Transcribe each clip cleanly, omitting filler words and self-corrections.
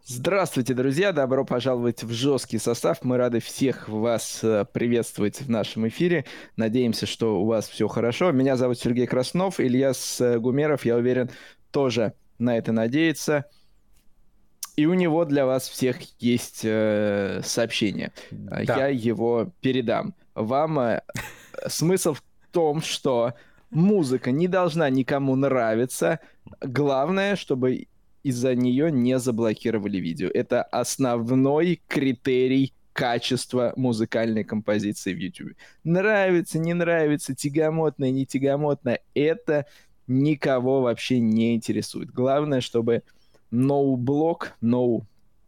Здравствуйте, друзья! Добро пожаловать в жесткий состав. Мы рады всех вас приветствовать в нашем эфире. Надеемся, что у вас все хорошо. Меня зовут Сергей Краснов, Ильяс Гумеров, я уверен, тоже на это надеется. И у него для вас всех есть сообщение. Да. Я его передам. Вам смысл в том, что музыка не должна никому нравиться. Главное, чтобы из-за нее не заблокировали видео. Это основной критерий качества музыкальной композиции в YouTube. Нравится, не нравится, тягомотное, не тягомотное, это никого вообще не интересует. Главное, чтобы no block, no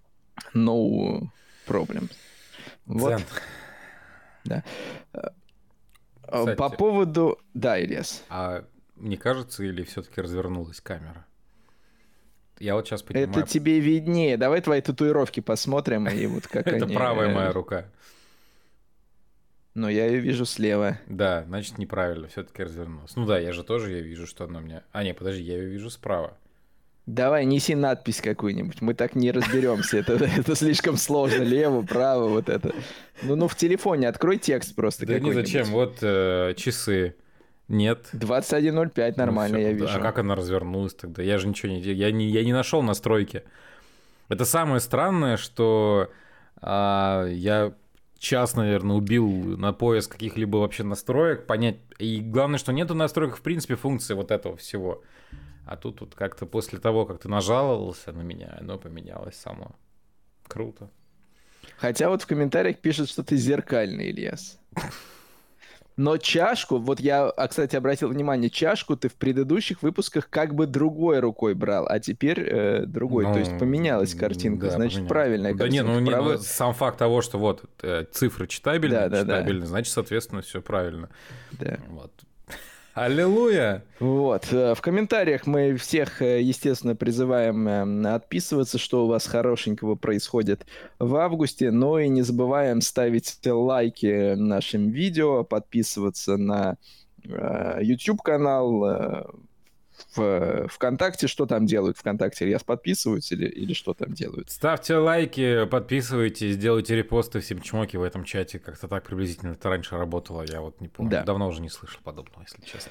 problem. Вот. Да. Кстати, по поводу... Да, Ильяс. А мне кажется, или все-таки развернулась камера? Я вот сейчас понимаю... Это тебе виднее. Давай твои татуировки посмотрим, и вот как они... Это правая моя рука. Но я ее вижу слева. Да, значит, неправильно, все-таки развернулась. Ну да, я же тоже ее вижу, что она у меня... А, нет, подожди, я ее вижу справа. Давай, неси надпись какую-нибудь. Мы так не разберемся. Это слишком сложно. Лево, право, вот это. Ну, в телефоне открой текст просто какой-нибудь. Да не зачем, вот часы. Нет. 21:05 нормально, я вижу. А как она развернулась тогда? Я же ничего не делал. Я не нашел настройки. Это самое странное, что я час, наверное, убил на поиск каких-либо вообще настроек, понять. И главное, что нету настроек, в принципе, функции вот этого всего. А тут вот как-то после того, как ты нажаловался на меня, оно поменялось само. Круто. Хотя вот в комментариях пишут, что ты зеркальный, Ильяс. Но чашку, вот я, кстати, обратил внимание, чашку ты в предыдущих выпусках как бы другой рукой брал, а теперь другой. То есть поменялась картинка, да, значит, правильная картинка. Да не, сам факт того, что вот цифры читабельные, да. значит, соответственно, все правильно. Да. Вот. Аллилуйя! Вот. В комментариях мы всех, естественно, призываем отписываться, что у вас хорошенького происходит в августе. Но и не забываем ставить лайки нашим видео, подписываться на YouTube-канал, в ВКонтакте. Что там делают ВКонтакте? Ильяс, подписываются или что там делают? Ставьте лайки, подписывайтесь, делайте репосты, всем чмоки в этом чате. Как-то так приблизительно это раньше работало, я вот не помню. Да. Давно уже не слышал подобного, если честно.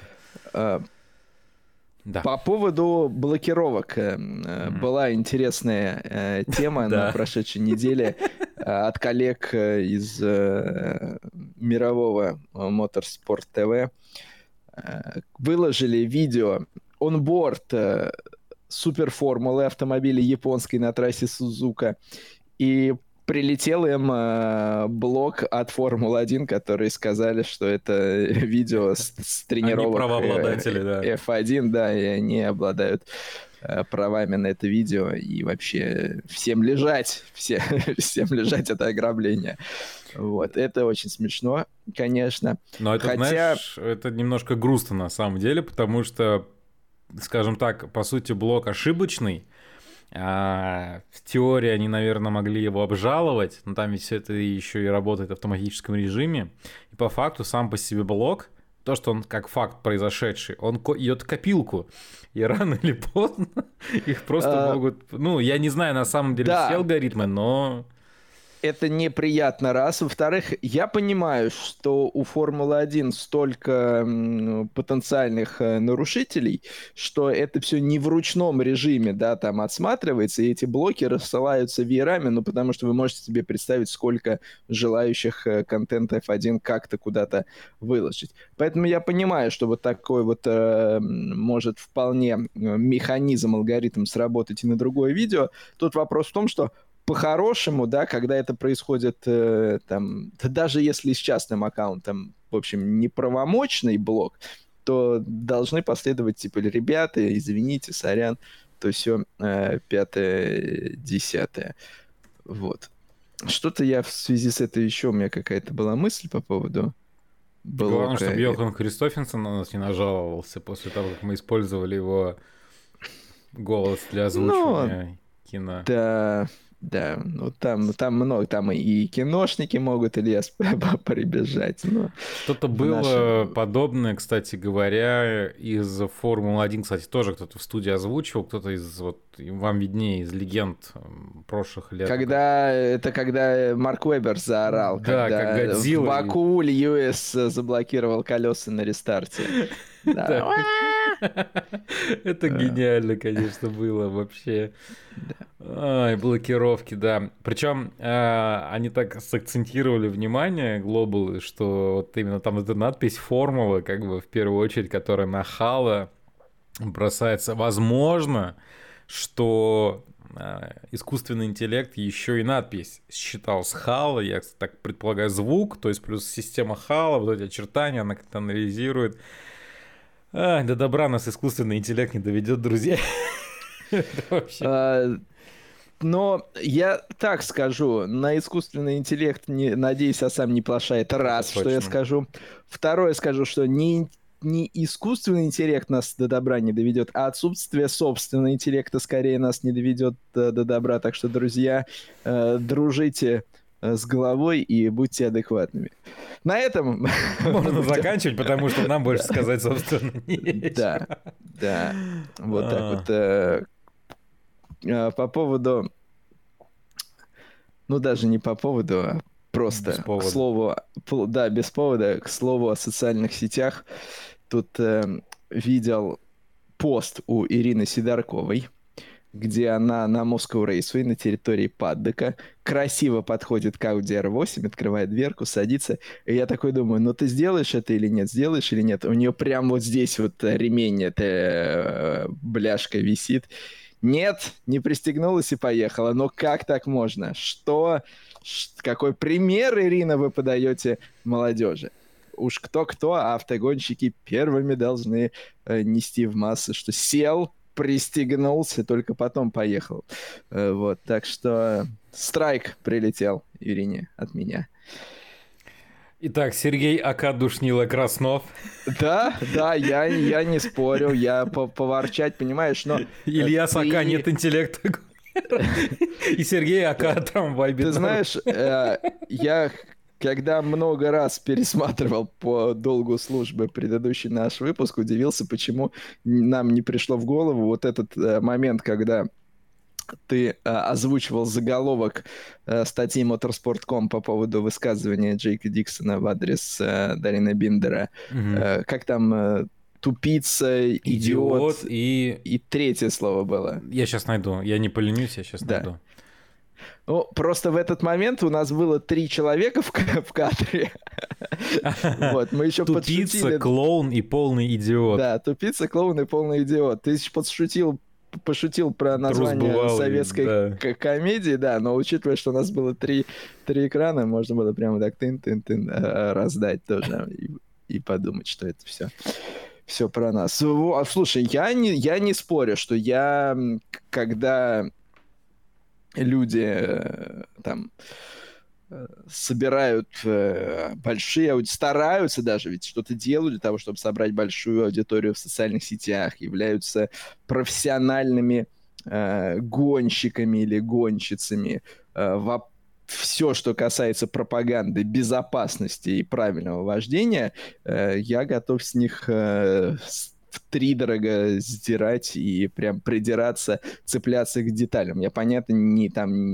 Да. По поводу блокировок была интересная тема на прошедшей неделе от коллег из мирового Motorsport TV. Выложили видео онборд суперформулы автомобиля японской на трассе Сузука, и прилетел им блок от Формулы-1, которые сказали, что это видео с тренировок F1, да, и они обладают правами на это видео, и вообще всем лежать, всем лежать это ограбление. Вот, это очень смешно, конечно. Но это, знаешь, это немножко грустно на самом деле, потому что, скажем так, по сути, блок ошибочный. В теории они, наверное, могли его обжаловать, но там ведь все это еще и работает в автоматическом режиме. И по факту сам по себе блок, то, что он как факт произошедший, он идет в копилку. И рано или поздно их просто могут... Ну, я не знаю на самом деле все алгоритмы, но... Это неприятно, раз. Во-вторых, я понимаю, что у Формулы-1 столько потенциальных нарушителей, что это все не в ручном режиме, да, там отсматривается, и эти блоки рассылаются веерами, ну, потому что вы можете себе представить, сколько желающих контент F1 как-то куда-то выложить. Поэтому я понимаю, что вот такой вот может вполне механизм, алгоритм сработать и на другое видео. Тут вопрос в том, что по-хорошему, да, когда это происходит, там, даже если с частным аккаунтом, в общем, неправомочный блок, то должны последовать, типа, ребята, извините, сорян, то все, 5-10. Вот. Что-то я в связи с этой еще, у меня какая-то была мысль по поводу блока. Главное, чтобы Йохан Кристофенсен на нас не нажаловался после того, как мы использовали его голос для озвучивания кино. Да. Да, ну там много, там и киношники могут, Ильяс, прибежать, но Что-то в было нашем... подобное, кстати говоря, из Формулы-1, кстати, тоже кто-то в студии озвучивал, кто-то из, вот, вам виднее, из легенд прошлых лет. Когда Марк Вебер заорал, Да, как когда в Годзилла. Баку Льюис заблокировал колеса на рестарте. Да. Да. Это гениально, конечно, было вообще. Ай, блокировки, да. Причем они так сакцентировали внимание Global, что вот именно там эта надпись формула, как бы в первую очередь, которая на Хала бросается. Возможно, что искусственный интеллект еще и надпись считал с Хала, я так предполагаю, звук, то есть плюс система Хала, вот эти очертания, она как-то анализирует. До добра нас искусственный интеллект не доведет, друзья. Но я так скажу, на искусственный интеллект, надеюсь, я сам не плашай. Это раз, что я скажу. Второе скажу, что не искусственный интеллект нас до добра не доведет, а отсутствие собственного интеллекта скорее нас не доведет до добра. Так что, друзья, дружите с головой и будьте адекватными. На этом... Можно заканчивать, потому что нам больше сказать, собственно, нечего. Да. Вот так вот. По поводу... Ну, даже не по поводу, а просто к слову... Да, без повода. К слову о социальных сетях. Тут видел пост у Ирины Сидорковой, где она на Moscow Raceway на территории Паддока красиво подходит к Audi R8, открывает дверку, садится. И я такой думаю, ну ты сделаешь это или нет? Сделаешь или нет? У нее прям вот здесь вот ремень, эта бляшка висит. Нет, не пристегнулась и поехала. Но как так можно? Что? Какой пример, Ирина, вы подаете молодежи? Уж кто-кто, а автогонщики первыми должны нести в массы, что сел, пристегнулся, только потом поехал. Вот, так что страйк прилетел Ирине от меня. Итак, Сергей АК Душнила Краснов. Да, я не спорю, я поворчать, понимаешь, но... Ильяс АК нет интеллекта. И Сергей АК трамвай. Ты знаешь, я... Когда много раз пересматривал по долгу службы предыдущий наш выпуск, удивился, почему нам не пришло в голову вот этот момент, когда ты озвучивал заголовок статьи Motorsport.com по поводу высказывания Джейка Диксона в адрес Дарина Биндера. Как там... Тупица, идиот и третье слово было. Я сейчас найду. Я не поленюсь, я сейчас найду. Ну, просто в этот момент у нас было 3 человека в кадре. Вот, мы еще подшутили. Тупица, клоун и полный идиот. Да, тупица, клоун и полный идиот. Ты еще пошутил про название советской комедии, да, но учитывая, что у нас было 3 экрана, можно было прямо так тын-тын-тын раздать тоже и подумать, что это все про нас. Слушай, я не спорю, что когда люди там собирают большие аудитории, стараются даже, ведь что-то делают для того, чтобы собрать большую аудиторию в социальных сетях, являются профессиональными гонщиками или гонщицами. Все, что касается пропаганды, безопасности и правильного вождения, я готов с них втридорого сдирать и прям придираться, цепляться к деталям. Я, понятно, не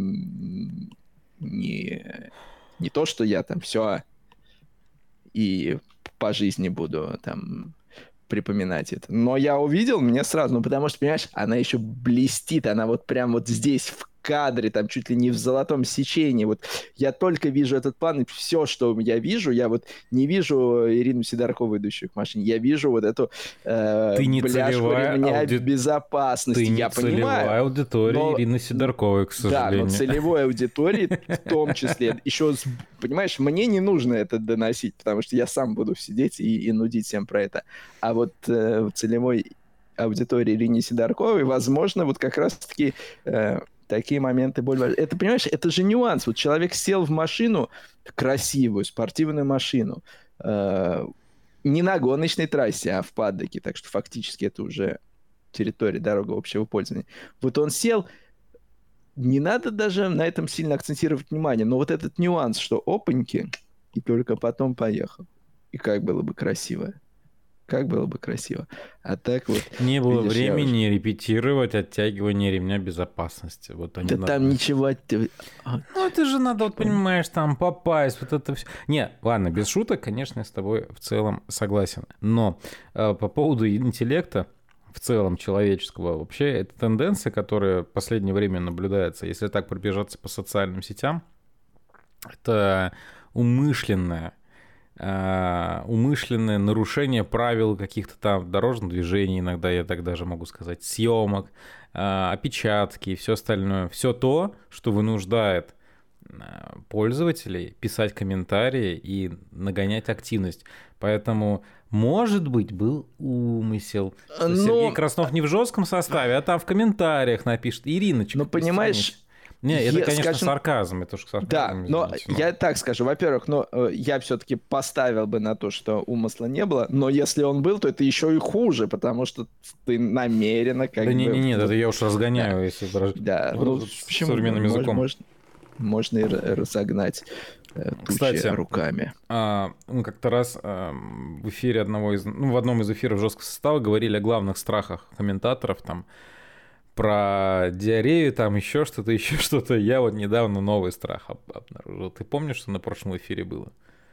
то, что я там все и по жизни буду там припоминать это. Но я увидел, мне сразу, потому что, понимаешь, она еще блестит, она вот прям вот здесь в кадре, там чуть ли не в золотом сечении. Вот я только вижу этот план, и все, что я вижу, я вот не вижу Ирину Сидоркову, идущую к машине, я вижу вот эту бляшку ремня безопасности. Ты не я целевая понимаю, аудитория Ирины Сидорковой, к сожалению. Да, но целевой аудитории в том числе. Еще, понимаешь, мне не нужно это доносить, потому что я сам буду сидеть и нудить всем про это. А вот целевой аудитории Ирине Сидорковой, возможно, вот как раз-таки... такие моменты более важны. Это, понимаешь, это же нюанс. Вот человек сел в машину, красивую, спортивную машину, не на гоночной трассе, а в паддоке, так что фактически это уже территория, дорога общего пользования. Вот он сел, не надо даже на этом сильно акцентировать внимание, но вот этот нюанс, что опаньки, и только потом поехал. И как было бы красиво. Как было бы красиво. А так вот... Не было видишь, времени репетировать оттягивание ремня безопасности. Вот они да там ничего... Ну, это же надо, вот понимаешь, там попасть, вот это все. Не, ладно, без шуток, конечно, я с тобой в целом согласен. Но по поводу интеллекта, в целом человеческого, вообще, это тенденция, которая в последнее время наблюдается, если так пробежаться по социальным сетям, это умышленное нарушение правил каких-то там дорожных движений, иногда я так даже могу сказать, съемок, опечатки и все остальное. Все то, что вынуждает пользователей писать комментарии и нагонять активность. Поэтому, может быть, был умысел. Что Сергей Краснов не в жестком составе, а там в комментариях напишет: Ириночка. Ну, понимаешь... Не, это, конечно, сарказм. Это уж сарказм. Да, но я так скажу. Во-первых, я все-таки поставил бы на то, что умысла не было, но если он был, то это еще и хуже, потому что ты намеренно как бы... Да нет, это я уж разгоняю, да. Если да, современным языком. Можно и разогнать тучи руками. Мы как-то раз в эфире в одном из эфиров жесткого состава говорили о главных страхах комментаторов, там, про диарею, там еще что-то. Я вот недавно новый страх обнаружил. Ты помнишь, что на прошлом эфире было?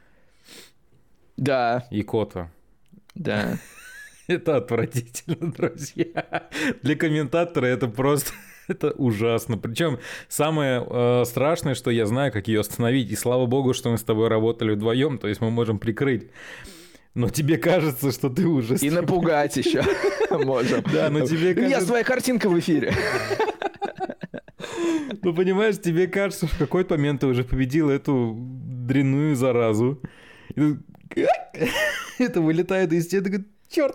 Да. Икота. Да. Это отвратительно, друзья. Для комментатора это просто... Это ужасно. Причем самое страшное, что я знаю, как ее остановить. И слава богу, что мы с тобой работали вдвоем, то есть мы можем прикрыть. Но тебе кажется, что ты уже... И напугать еще можем. Да, но тебе кажется... Я своя картинка в эфире. Ну, понимаешь, тебе кажется, что в какой-то момент ты уже победил эту дрянную заразу. Это вылетает из тебя, такой: черт.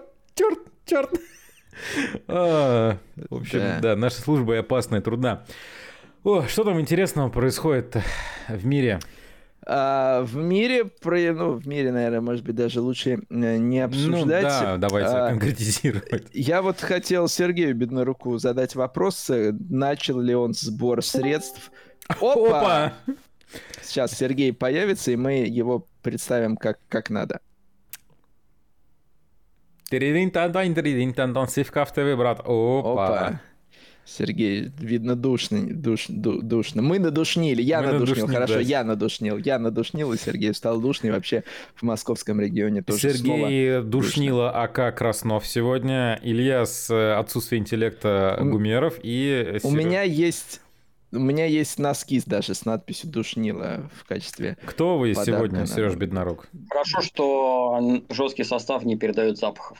В общем, да, наша служба и опасна, и трудна. Что там интересного происходит в мире? В мире, наверное, может быть, даже лучше не обсуждать. Ну да, давайте конкретизировать. Я вот хотел Сергею Бедноруку задать вопрос, начал ли он сбор средств. Опа! Сейчас Сергей появится, и мы его представим как надо. Сивка в ТВ, брат. Опа. Сергей, видно, душно. Мы надушнили. Я надушнил. Хорошо, да. Я надушнил, и Сергей стал душный. Вообще в московском регионе тоже. Сергей душнило АК Краснов сегодня. Илья с отсутствием интеллекта Гумеров. И у меня есть носки даже с надписью «Душнило» в качестве Кто вы сегодня, Сереж Беднорук? Хорошо, что жесткий состав не передает запахов.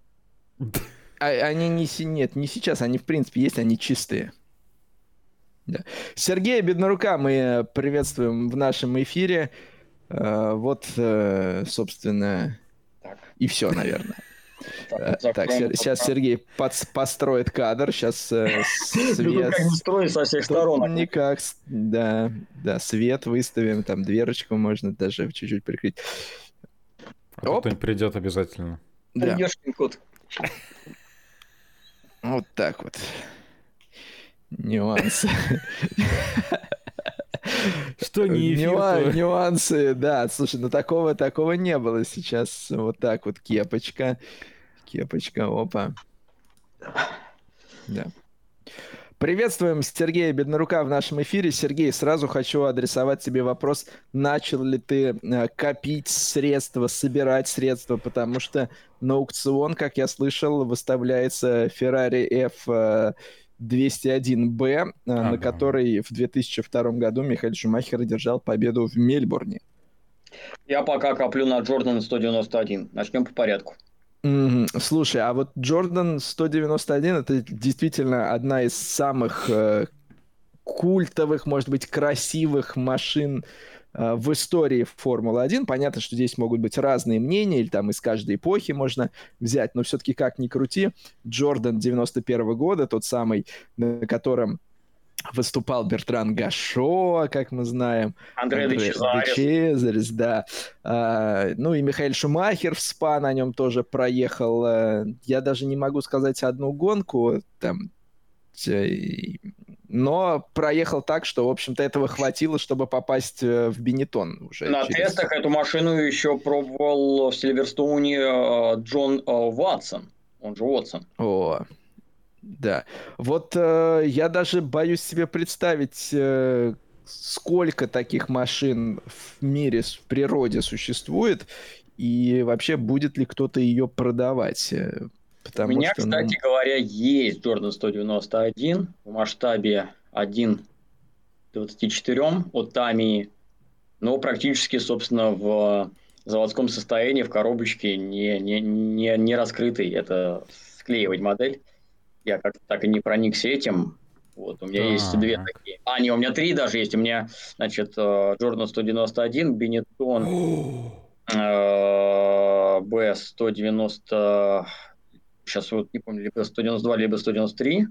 Они не сейчас, они в принципе есть, они чистые. Да. Сергея Беднорука мы приветствуем в нашем эфире. Вот, собственно, так. И все, наверное. Так, сейчас Сергей построит кадр, сейчас свет... как не строить со всех сторон. Никак, да, свет выставим, там дверочку можно даже чуть-чуть прикрыть. Кто-нибудь придет обязательно. Да. Вот так вот. Нюансы. Что не эфир? Нюансы, да. Слушай, такого не было сейчас. Вот так вот кепочка, опа. Да. Приветствуем Сергея Беднорука в нашем эфире. Сергей, сразу хочу адресовать тебе вопрос. Начал ли ты копить средства, собирать средства? Потому что на аукцион, как я слышал, выставляется Ferrari F201B, на которой в 2002 году Михаэль Шумахер одержал победу в Мельбурне. Я пока коплю на Jordan 191. Начнем по порядку. Слушай, а вот Jordan 191 это действительно одна из самых культовых, может быть, красивых машин в истории Формулы-1. Понятно, что здесь могут быть разные мнения, или там из каждой эпохи можно взять, но все-таки как ни крути, Jordan 91 года, тот самый, на котором выступал Бертран Гашо, как мы знаем. Андре де Чезарес, да. Ну и Михаэль Шумахер в СПА на нем тоже проехал. Я даже не могу сказать одну гонку. Там, но проехал так, что, в общем-то, этого хватило, чтобы попасть в Бенетон уже. На тестах эту машину еще пробовал в Сильверстоуне Джон Ватсон, он же Уотсон. О, да. Вот я даже боюсь себе представить, сколько таких машин в мире, в природе существует, и вообще будет ли кто-то ее продавать. У меня, кстати говоря, есть Jordan 191 в масштабе 1:24 от Tamiya, но практически, собственно, в заводском состоянии, в коробочке, не раскрытый. Это склеивать модель. Я как-то так и не проникся этим. Вот, у меня есть две такие. У меня три даже есть. У меня, значит, Jordan 191, Benetton B190... Сейчас вот не помню, либо 192, либо 193.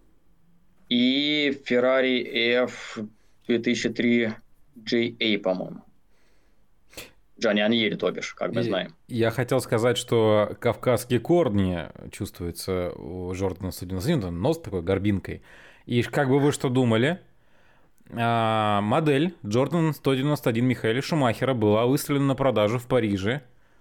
И Ferrari F 2003 JA, по-моему. Джанни Аньери, то бишь, как мы знаем. Я хотел сказать, что кавказские корни чувствуются у Жордана 191, нос такой горбинкой. И как бы вы что думали, модель Jordan 191 Михаэля Шумахера была выставлена на продажу в Париже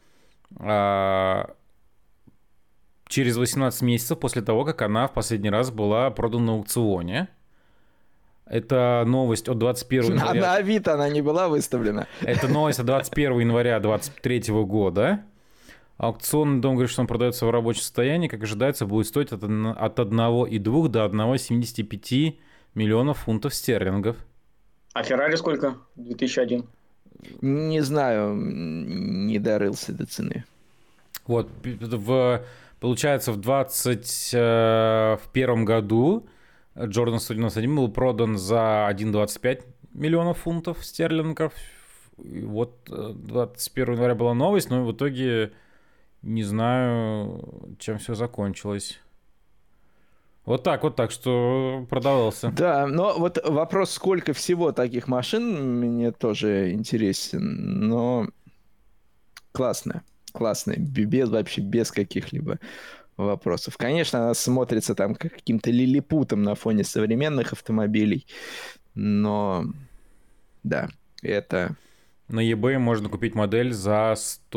через 18 месяцев после того, как она в последний раз была продана на аукционе. Это новость от 21 января. А на Авито она не была выставлена. Это новость от 21 января 2023 года. Аукционный дом говорит, что он продается в рабочем состоянии. Как ожидается, будет стоить от 1,2 до 1,75 миллионов фунтов стерлингов. А Феррари сколько? 2001? Не знаю, не дорылся до цены. Вот, получается, в 2021 году Jordan 191 был продан за 1,25 миллионов фунтов стерлингов. И вот 21 января была новость, но в итоге не знаю, чем все закончилось. Вот так, что продавался. Да, но вот вопрос, сколько всего таких машин, мне тоже интересен. Но классно, вообще без каких-либо вопросов. Конечно, она смотрится там каким-то лилипутом на фоне современных автомобилей, но да, это... На eBay можно купить модель за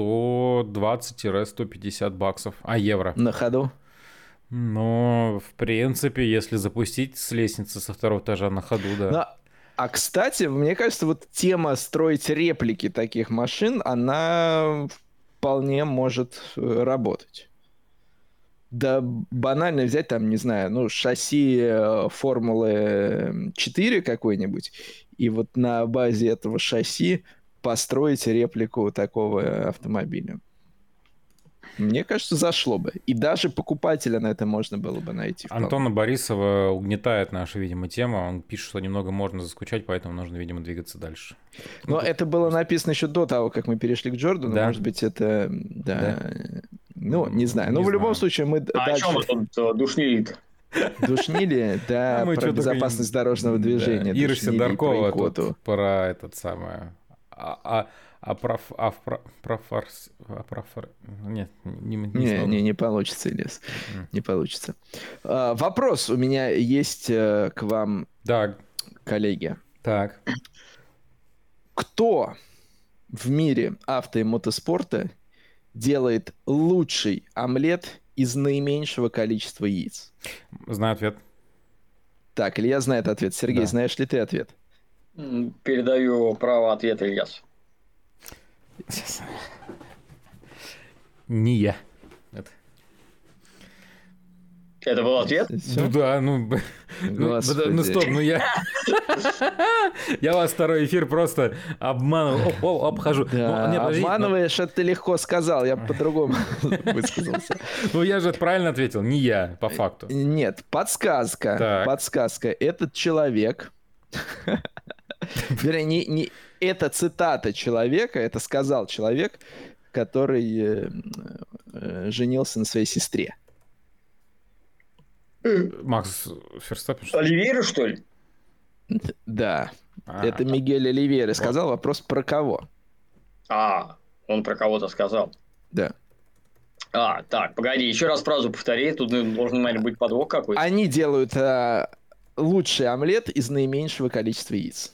120-150 баксов, евро. На ходу? Но, в принципе, если запустить с лестницы со второго этажа на ходу, да. Кстати, мне кажется, вот тема строить реплики таких машин, она вполне может работать. Да банально взять там, не знаю, шасси Формулы 4 какой-нибудь, и вот на базе этого шасси построить реплику такого автомобиля. Мне кажется, зашло бы. И даже покупателя на это можно было бы найти. Антона Борисова угнетает наша, видимо, тема. Он пишет, что немного можно заскучать, поэтому нужно, видимо, двигаться дальше. Но это было написано еще до того, как мы перешли к Джордану. Да? Может быть, это... Да. Не знаю. В любом случае мы дальше... о чем мы тут душнили-то? Душнили, да, про безопасность дорожного движения. Ира Сидоркова тут про этот самое... Нет, не получится, Ильяс. Не получится. Вопрос у меня есть к вам, коллеги. Так. Кто в мире авто и мотоспорта делает лучший омлет из наименьшего количества яиц? Знаю ответ. Так, Илья знает ответ. Сергей, знаешь ли ты ответ? Передаю право ответа Ильясу. Не я. Это был ответ? Да, стоп, я вас второй эфир просто обманываю, обхожу. Да, обманываешь, это ты легко сказал, я по-другому высказался. Я же правильно ответил, не я, по факту. Нет, подсказка. Этот человек... Вернее, не это цитата человека, это сказал человек, который женился на своей сестре. Макс Ферстаппен? Оливейра, что ли? Да. Это Мигель Оливейра сказал. Вопрос про кого? Он про кого-то сказал. Да. Так, погоди, еще раз фразу повтори. Тут должен, наверное, быть подвох какой-то. Они делают лучший омлет из наименьшего количества яиц.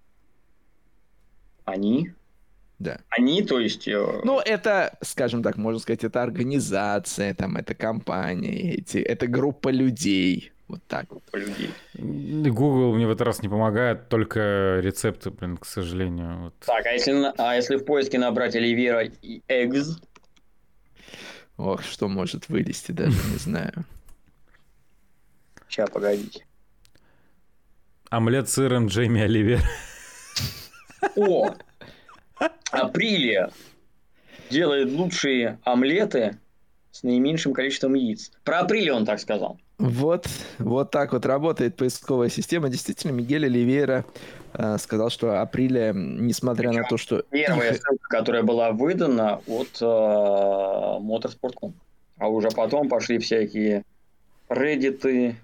Они? Да. Они, то есть... Ну, это, скажем так, можно сказать, это организация, там, это компания, это группа людей. Вот так вот. Людей. Google мне в этот раз не помогает, только рецепты, блин, к сожалению. Вот. Так, а если в поиске набрать Оливьера и Eggs? Ох, что может вылезти, даже не знаю. Сейчас, погодите. Омлет с сыром Джейми Оливер. О! Априлия делает лучшие омлеты с наименьшим количеством яиц. Про Априлия он так сказал. Вот так вот работает поисковая система. Действительно, Мигель Оливейра сказал, что Априлия, несмотря на то, что... Первая ссылка, которая была выдана от Motorsport.com. А уже потом пошли всякие Reddit,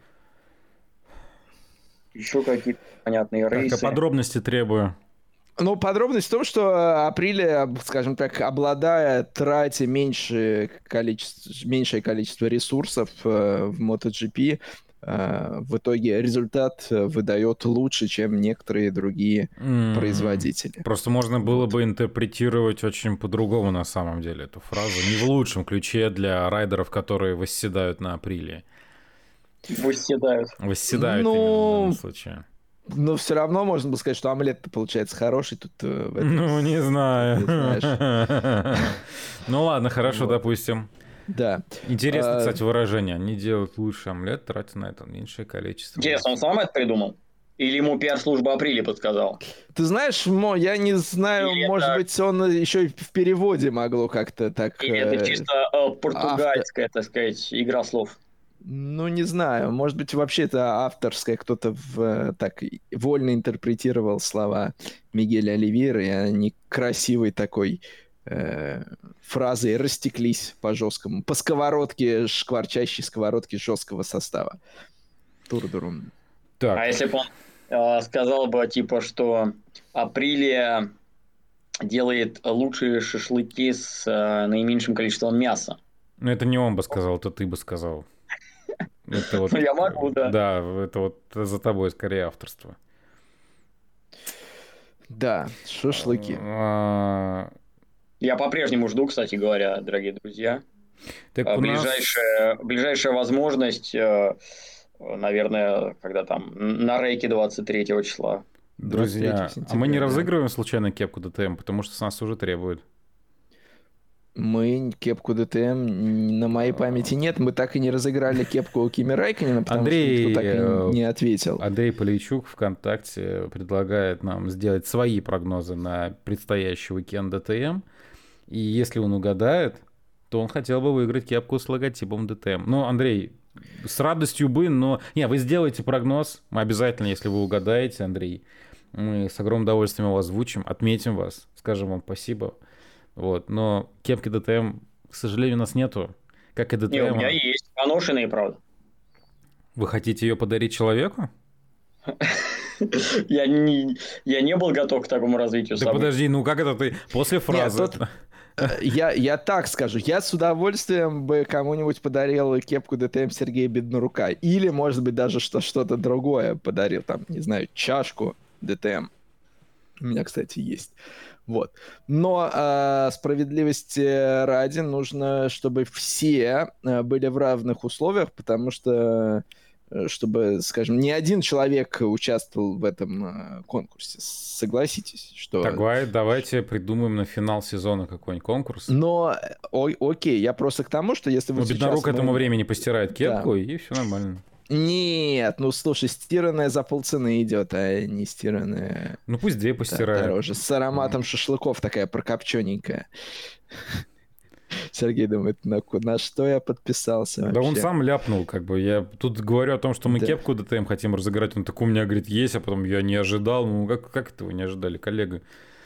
еще какие-то понятные рейсы. Так, подробности требую. Ну, подробность в том, что Априлия, скажем так, обладая тратя меньшее количество ресурсов в MotoGP, в итоге результат выдает лучше, чем некоторые другие производители. Просто можно было бы интерпретировать очень по-другому на самом деле эту фразу. Не в лучшем ключе для райдеров, которые восседают на Априлии. Восседают. Восседают именно в данном случае. Но все равно можно было сказать, что омлет-то получается хороший тут. Ну, не знаю. Ну ладно, хорошо, допустим. Да. Интересно, кстати, выражение. Они делают лучший омлет, тратя на это меньшее количество. Интересно, он сам это придумал? Или ему пиар-служба Априлия подсказала? Ты знаешь, я не знаю, или может быть, он еще и в переводе могло как-то так... Или это чисто португальская, так сказать, игра слов? Ну, не знаю. Может быть, вообще это авторское. Кто-то так вольно интерпретировал слова Мигеля Оливейра, и они красивой такой фразой растеклись по жесткому, по сковородке, шкварчащей сковородке жесткого состава. Турдурум. Так. А если бы он сказал бы, типа, что Априлия делает лучшие шашлыки с наименьшим количеством мяса? Ну, это не он бы сказал, это ты бы сказал. Это вот, я могу, да. Да, это вот за тобой скорее авторство. Да, шашлыки. Я по-прежнему жду, кстати говоря, дорогие друзья. Так ближайшая возможность, наверное, когда там на рейке 23 числа. Друзья, а мы не разыгрываем случайно кепку ДТМ, потому что с нас уже требуют. Мы кепку ДТМ на моей памяти нет. Мы так и не разыграли кепку Кими Рэйкконена, потому что никто так и не ответил. Андрей Полейчук ВКонтакте предлагает нам сделать свои прогнозы на предстоящий уикенд ДТМ. И если он угадает, то он хотел бы выиграть кепку с логотипом ДТМ. Ну, Андрей, с радостью бы, но... Не, вы сделаете прогноз. Мы обязательно, если вы угадаете, Андрей, мы с огромным удовольствием его озвучим, отметим вас, скажем вам спасибо. Вот, но кепки ДТМ, к сожалению, у нас нету. Как и ДТМ. Не, у меня есть. Поношенные, правда. Вы хотите ее подарить человеку? Я не был готов к такому развитию событий. Да подожди, ну как это ты после фразы? Я так скажу. Я с удовольствием бы кому-нибудь подарил кепку ДТМ Сергея Беднорука. Или, может быть, даже что-то другое подарил. Там, не знаю, чашку ДТМ. У меня, кстати, есть. Вот. Но справедливости ради нужно, чтобы все были в равных условиях, потому что, чтобы, скажем, не один человек участвовал в этом конкурсе. Согласитесь, что... Так, давайте придумаем на финал сезона какой-нибудь конкурс. Но, окей, я просто к тому, что если вы сейчас... Беднорук к этому времени постирает кепку, и все нормально. Нет, ну слушай, стиранная за полцены идет, а не стиранная... Ну пусть две постирают. Дороже. С ароматом шашлыков такая прокопчененькая. Сергей думает, на что я подписался вообще? Да он сам ляпнул, как бы. Я тут говорю о том, что мы кепку ДТМ хотим разыграть. Он так у меня, говорит, есть, а потом я не ожидал. Ну как это вы не ожидали, коллега?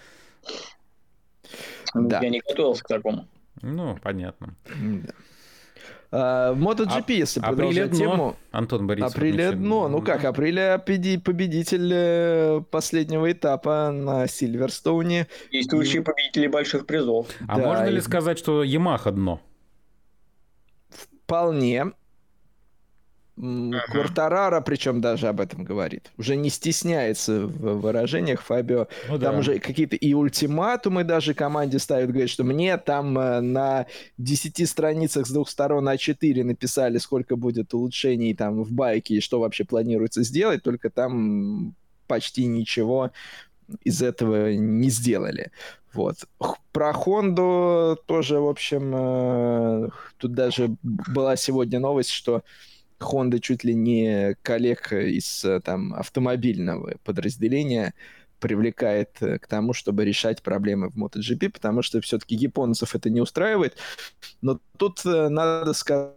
Да. Я не готовился к такому. Ну, понятно. Да. MotoGP, если продолжать тему... Антон Борисович. Априлия дно. Ну как, Априлия победитель последнего этапа на Сильверстоуне. Действующие победители больших призов. А да, можно ли сказать, что Ямаха дно? Вполне. Квартарара, причем даже об этом говорит. Уже не стесняется в выражениях Фабио. Ну, там уже какие-то и ультиматумы даже команде ставят. Говорит, что мне там на 10 страницах с 2 сторон А4 написали, сколько будет улучшений там в байке и что вообще планируется сделать, только там почти ничего из этого не сделали. Вот. Про Хонду тоже, в общем, тут даже была сегодня новость, что Honda чуть ли не коллег из там, автомобильного подразделения привлекает к тому, чтобы решать проблемы в MotoGP, потому что все-таки японцев это не устраивает. Но тут надо сказать,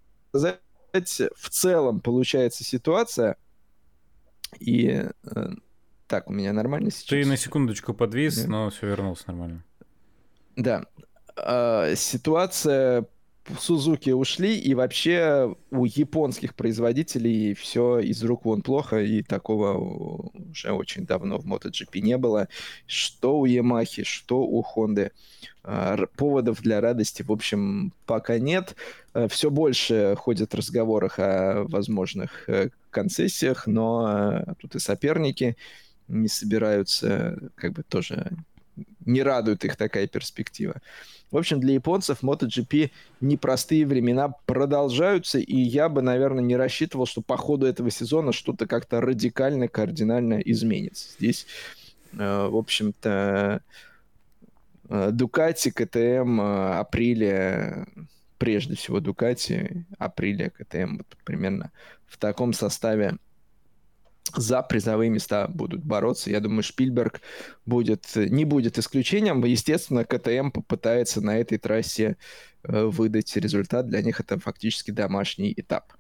в целом получается ситуация, и так, у меня нормально сейчас? Ты на секундочку подвис, но все вернулся нормально. Да. Ситуация... Сузуки ушли, и вообще у японских производителей все из рук вон плохо, и такого уже очень давно в MotoGP не было. Что у Ямахи, что у Хонды. Поводов для радости, в общем, пока нет. Все больше ходят в разговорах о возможных концессиях, но тут и соперники не собираются, как бы тоже не радует их такая перспектива. В общем, для японцев MotoGP непростые времена продолжаются, и я бы, наверное, не рассчитывал, что по ходу этого сезона что-то как-то радикально, кардинально изменится. Здесь, в общем-то, Дукати, КТМ, Априлия, прежде всего Дукати, Априлия, КТМ, вот примерно в таком составе за призовые места будут бороться. Я думаю, Шпильберг не будет исключением. Естественно, КТМ попытается на этой трассе выдать результат. Для них это фактически домашний этап.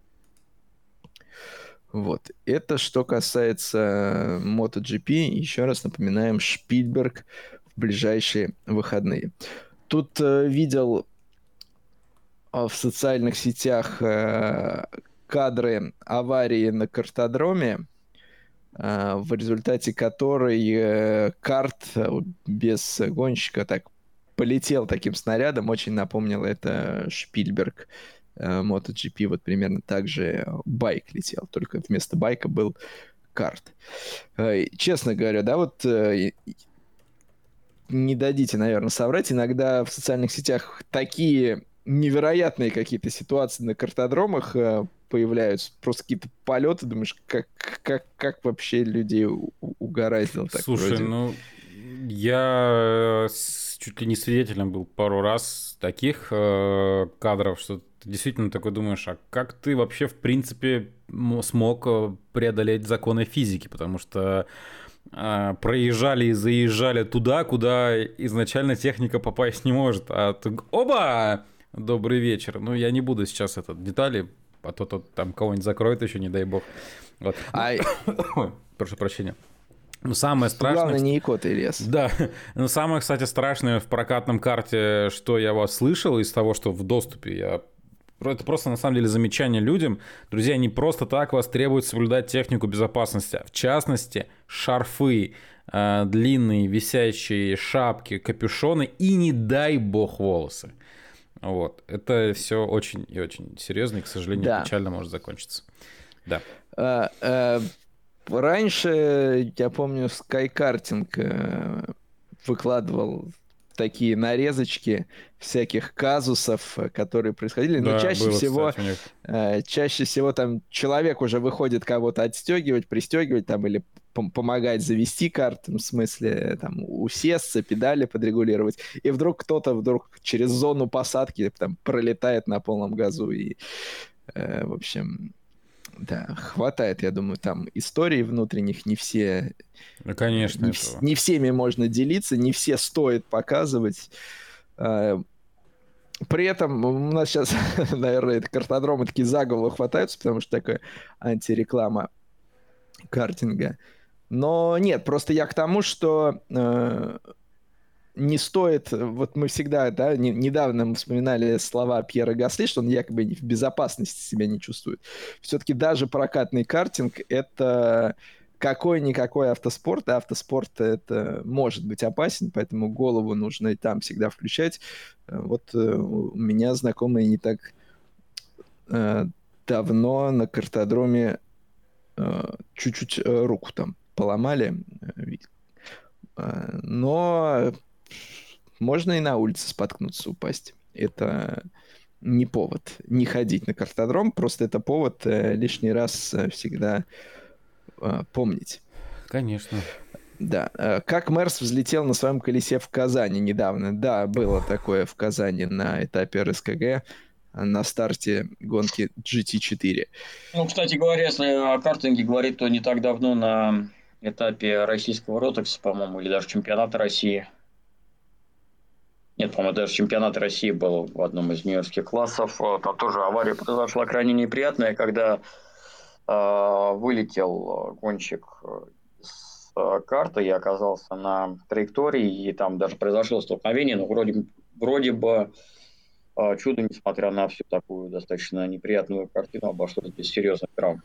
Вот. Это что касается MotoGP. Еще раз напоминаем, Шпильберг в ближайшие выходные. Тут видел в социальных сетях кадры аварии на картодроме, в результате которой карт без гонщика так полетел таким снарядом. Очень напомнило это Шпильберг MotoGP. Вот примерно так же байк летел, только вместо байка был карт. Честно говоря, да, вот не дадите, наверное, соврать. Иногда в социальных сетях такие невероятные какие-то ситуации на картодромах появляются, просто какие-то полеты, думаешь, как вообще людей угораздило так. Слушай, вроде. Ну, я чуть ли не свидетелем был пару раз таких кадров, что ты действительно такой думаешь, а как ты вообще, в принципе, смог преодолеть законы физики, потому что проезжали и заезжали туда, куда изначально техника попасть не может, а ты, оба! Добрый вечер. Ну, я не буду сейчас детали, а то там кого-нибудь закроет еще, не дай бог. Вот. Прошу прощения. Ну, самое страшное... Главное, не икота, Ильяс. Да. Ну, самое, кстати, страшное в прокатном карте, что я вас слышал из того, что в доступе, это просто, на самом деле, замечание людям. Друзья, не просто так вас требуют соблюдать технику безопасности, а в частности, шарфы, длинные висящие шапки, капюшоны и, не дай бог, волосы. Вот. Это все очень и очень серьезно, и, к сожалению, печально может закончиться. Да. Раньше, я помню, SkyKarting выкладывал такие нарезочки всяких казусов, которые происходили. Но чаще всего там человек уже выходит кого-то отстегивать, пристегивать там, или помогать завести карту, в смысле там усесться, педали подрегулировать. И вдруг кто-то через зону посадки там пролетает на полном газу. И, в общем... Да, хватает, я думаю, там историй внутренних, не все... Ну, конечно. Не всеми можно делиться, не все стоит показывать. При этом у нас сейчас, наверное, картодромы такие за голову хватаются, потому что такая антиреклама картинга. Но нет, просто я к тому, что... не стоит, вот мы всегда, да, недавно мы вспоминали слова Пьера Гасли, что он якобы в безопасности себя не чувствует. Все-таки даже прокатный картинг — это какой-никакой автоспорт, а автоспорт это может быть опасен, поэтому голову нужно и там всегда включать. Вот у меня знакомые не так давно на картодроме чуть-чуть руку там поломали. Но можно и на улице споткнуться, упасть. Это не повод не ходить на картодром, просто это повод лишний раз всегда помнить. Конечно. Да. Как Мерс взлетел на своем колесе в Казани недавно. Да, было такое в Казани на этапе РСКГ на старте гонки GT4. Ну, кстати говоря, если о картинге говорить, то не так давно на этапе российского Ротекса, по-моему, или даже чемпионата России. Нет, по-моему, даже чемпионат России был в одном из нью-йоркских классов. Там тоже авария произошла крайне неприятная, когда вылетел гонщик с карты и оказался на траектории, и там даже произошло столкновение, но вроде бы чудо, несмотря на всю такую достаточно неприятную картину, обошлось без серьезных травм.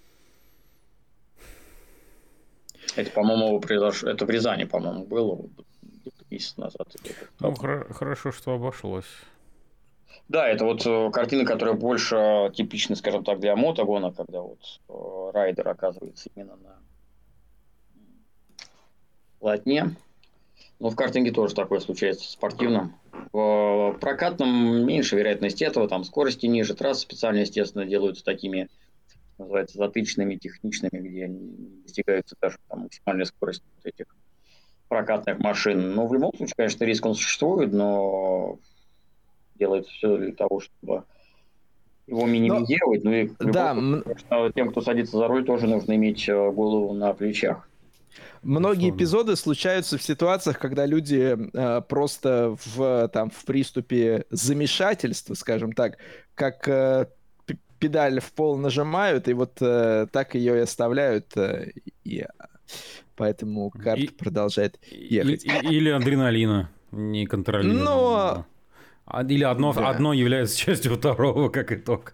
Это, по-моему, произошло, это в Рязани, по-моему, было месяц назад. Ну, хорошо, что обошлось. Да, это вот картина, которая больше типична, скажем так, для мотогона, когда вот райдер оказывается именно на полотне. Но в картинге тоже такое случается, в спортивном. В прокатном меньше вероятность этого, там скорости ниже, трассы специально, естественно, делаются такими, называется, затычными, техничными, где не достигается даже там максимальной скорости вот этих прокатных машин. Но в любом случае, конечно, риск он существует, но делается все для того, чтобы его минимизировать. Ну и да, тем, кто садится за руль, тоже нужно иметь голову на плечах. Многие эпизоды случаются в ситуациях, когда люди просто в приступе замешательства, скажем так, как педаль в пол нажимают, и вот так ее и оставляют, и поэтому карта продолжает ехать. Или адреналина неконтролируемого. Или одно является частью второго, как итог.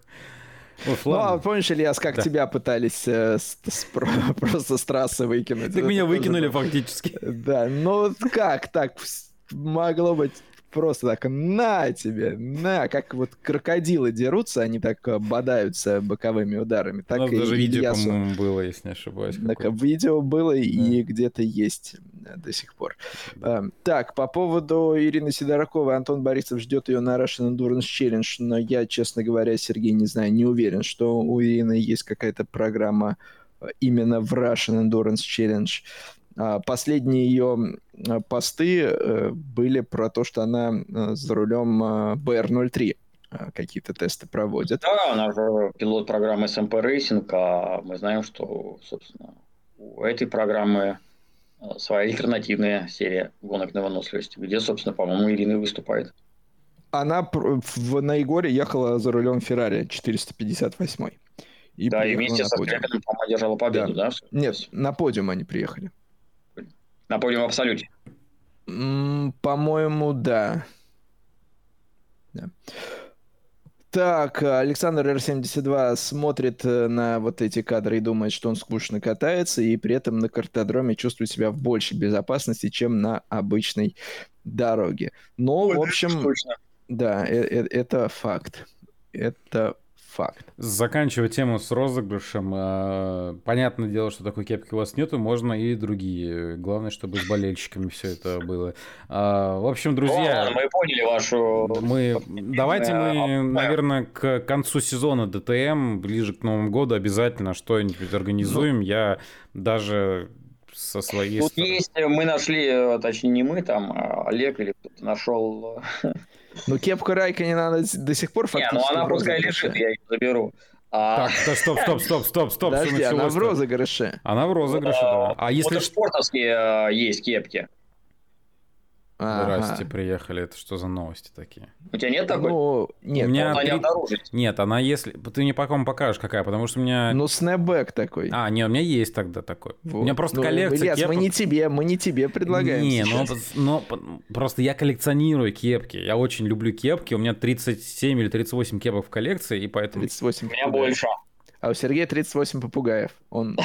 А помнишь, Ильяс, как тебя пытались просто с трассы выкинуть? Так меня выкинули фактически. Да, ну как так могло быть? Просто так, на тебе, на, как вот крокодилы дерутся, они так бодаются боковыми ударами. Так у нас и даже видео, по-моему, было, если не ошибаюсь. Видео было и где-то есть до сих пор. Так, по поводу Ирины Сидораковой, Антон Борисов ждет ее на Russian Endurance Challenge, но я, честно говоря, Сергей, не знаю, не уверен, что у Ирины есть какая-то программа именно в Russian Endurance Challenge. Последние ее посты были про то, что она за рулем BR-03 какие-то тесты проводит. Да, она же пилот программы SMP Racing, а мы знаем, что, собственно, у этой программы своя альтернативная серия гонок на выносливость, где, собственно, по-моему, Ирина выступает. Она на Егоре ехала за рулем Феррари 458. И вместе со Скрепиным, по-моему, одержала победу, да? Нет, на подиум они приехали. На подиум в абсолюте? По-моему, да. Так, Александр Р-72 смотрит на вот эти кадры и думает, что он скучно катается, и при этом на картодроме чувствует себя в большей безопасности, чем на обычной дороге. Но, в общем, да, это факт. Это факт. Заканчивая тему с розыгрышем, понятное дело, что такой кепки у вас нету, можно и другие. Главное, чтобы с болельщиками все это было. В общем, друзья... мы поняли вашу... Давайте мы, наверное, к концу сезона ДТМ, ближе к Новому году, обязательно что-нибудь организуем. Я даже... со своей Тут стороны. Есть, мы нашли, точнее не мы, там Олег или кто-то нашел... Ну, кепку Райконена она до сих пор фактически... Не, ну она пускай лежит, я ее заберу. Так, стоп. Подожди, она в розыгрыше. Она в розыгрыше, да. А если... Мотоспортовские есть кепки. Здрасте, приехали. Это что за новости такие? У тебя нет такой? Ну, нет. У меня нет, она если... Ты мне потом покажешь, какая, потому что у меня... Ну, снэпбэк такой. Нет, у меня есть тогда такой. Вот. У меня просто коллекция Ильяс, кепок. мы не тебе предлагаем. Не, но просто я коллекционирую кепки. Я очень люблю кепки. У меня 37 или 38 кепок в коллекции, и поэтому... 38 у меня больше. А у Сергея 38 попугаев. Он...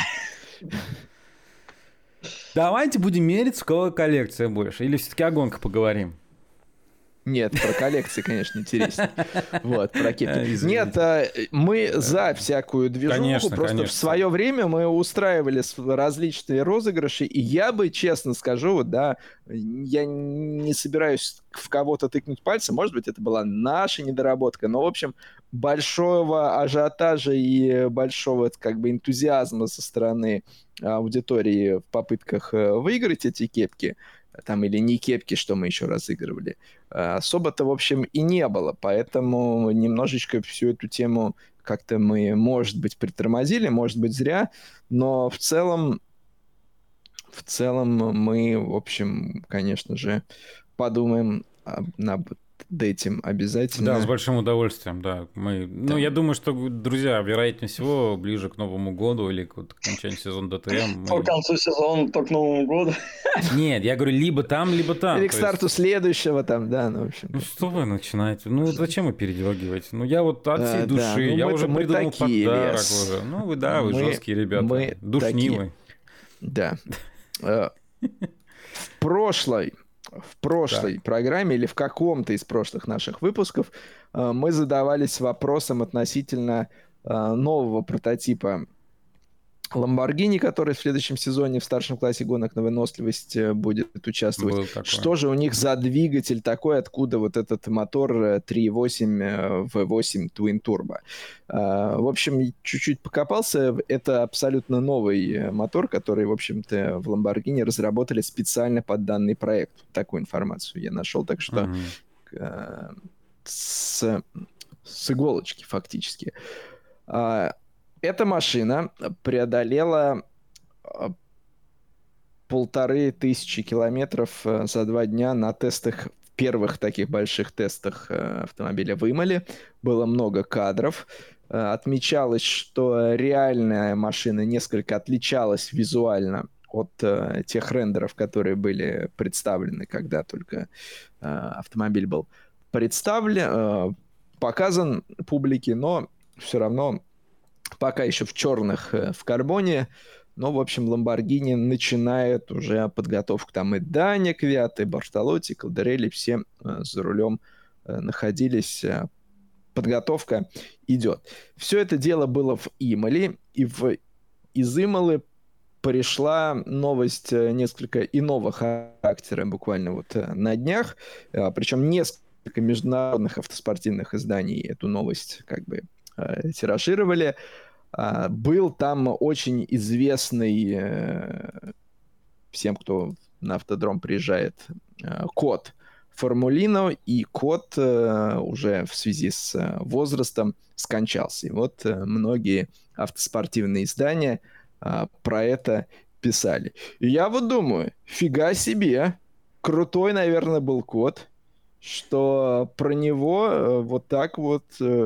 Давайте будем мериться, у кого коллекция больше. Или все-таки о гонках поговорим? Нет, про коллекции, конечно, интереснее. Вот, про кепки. Нет, мы за всякую движуху. Конечно, просто конечно. в свое время мы устраивали различные розыгрыши, и я бы, честно скажу, вот, да, я не собираюсь в кого-то тыкнуть пальцем, может быть, это была наша недоработка, но, в общем, большого ажиотажа и большого, как бы, энтузиазма со стороны аудитории в попытках выиграть эти кепки, там, или не кепки, что мы еще разыгрывали, особо-то, в общем, и не было. Поэтому немножечко всю эту тему как-то мы, может быть, притормозили, может быть, зря, но в целом мы, в общем, конечно же, подумаем над этим обязательно. Да, с большим удовольствием, да. Ну, я думаю, что, друзья, вероятнее всего, ближе к Новому году или к окончанию сезона ДТМ... По концу сезона, то к Новому году. Нет, я говорю, либо там, либо там. Или к старту следующего там, да, ну, в общем. Ну, что вы начинаете? Ну, зачем вы передергиваете? Ну, я вот от всей души, я уже придумал подарок уже. Ну, вы жесткие ребята, душнивые. Да. В прошлой программе или в каком-то из прошлых наших выпусков мы задавались вопросом относительно нового прототипа Lamborghini, который в следующем сезоне в старшем классе гонок на выносливость будет участвовать. Что же у них за двигатель такой, откуда вот этот мотор 3.8 V8 Twin Turbo? В общем, чуть-чуть покопался. Это абсолютно новый мотор, который, в общем-то, в Lamborghini разработали специально под данный проект. Такую информацию я нашел, так что с иголочки фактически. Эта машина преодолела 1500 километров за 2 дня на тестах, первых таких больших тестах автомобиля в Имоле. Было много кадров. Отмечалось, что реальная машина несколько отличалась визуально от тех рендеров, которые были представлены, когда только автомобиль был показан публике, но все равно пока еще в черных, в карбоне. Но, в общем, Lamborghini начинает уже подготовку. Там и Даня Квят, и Бартолотти, Калдерелли, все за рулем находились. Подготовка идет. Все это дело было в Имоле, и из Имолы пришла новость несколько иного характера буквально вот на днях. Причем несколько международных автоспортивных изданий эту новость как бы тиражировали. Был там очень известный всем, кто на автодром приезжает, кот Формулино, и кот уже в связи с возрастом скончался. И вот многие автоспортивные издания про это писали. И я вот думаю, фига себе, крутой, наверное, был кот, что про него вот так вот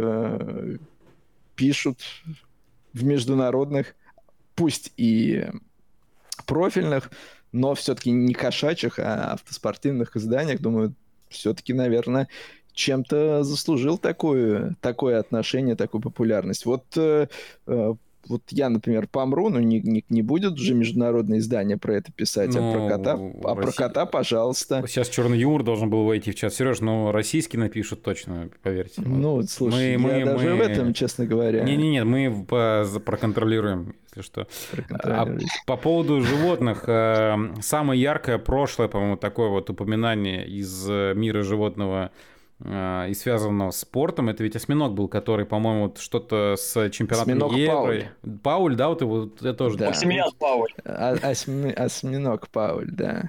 пишут в международных, пусть и профильных, но все-таки не кошачьих, а автоспортивных изданиях. Думаю, все-таки, наверное, чем-то заслужил такое отношение, такую популярность. Вот я, например, помру, но не будет уже международное издание про это писать, про кота, пожалуйста. Сейчас черный юмор должен был войти в чат. Сереж, но российский напишут точно, поверьте. Ну, слушай, я даже в этом, честно говоря... Не-не-не, мы проконтролируем, если что. По поводу животных, самое яркое прошлое, по-моему, такое вот упоминание из мира животного и связанного с спортом, это ведь осьминог был, который, по-моему, что-то с чемпионатом Евро. Пауль, да, вот это тоже. Да. Максимилиан Пауль. Осьминог Пауль, да.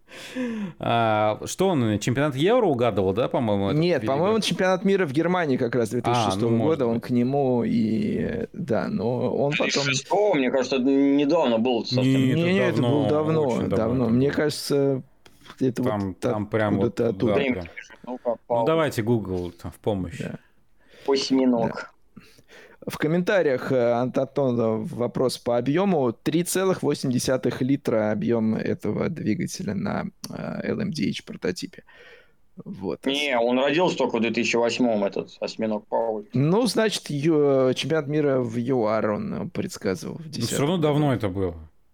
Что он, чемпионат Евро угадывал, да, по-моему? Нет, по-моему, чемпионат мира в Германии как раз 2006 года, он к нему и... Да, но он потом... Мне кажется, недавно был. Нет, это было давно. Мне кажется, это там прям вот оттуда. Ну, давайте Google в помощь. Да. Осьминог. В комментариях Антон вопрос по объему. 3,8 литра объем этого двигателя на LMDH прототипе. Вот. Не, он родился только в 2008-м, этот осьминог Пауль. Ну, значит, чемпионат мира в ЮАР он предсказывал. Но все равно давно это было.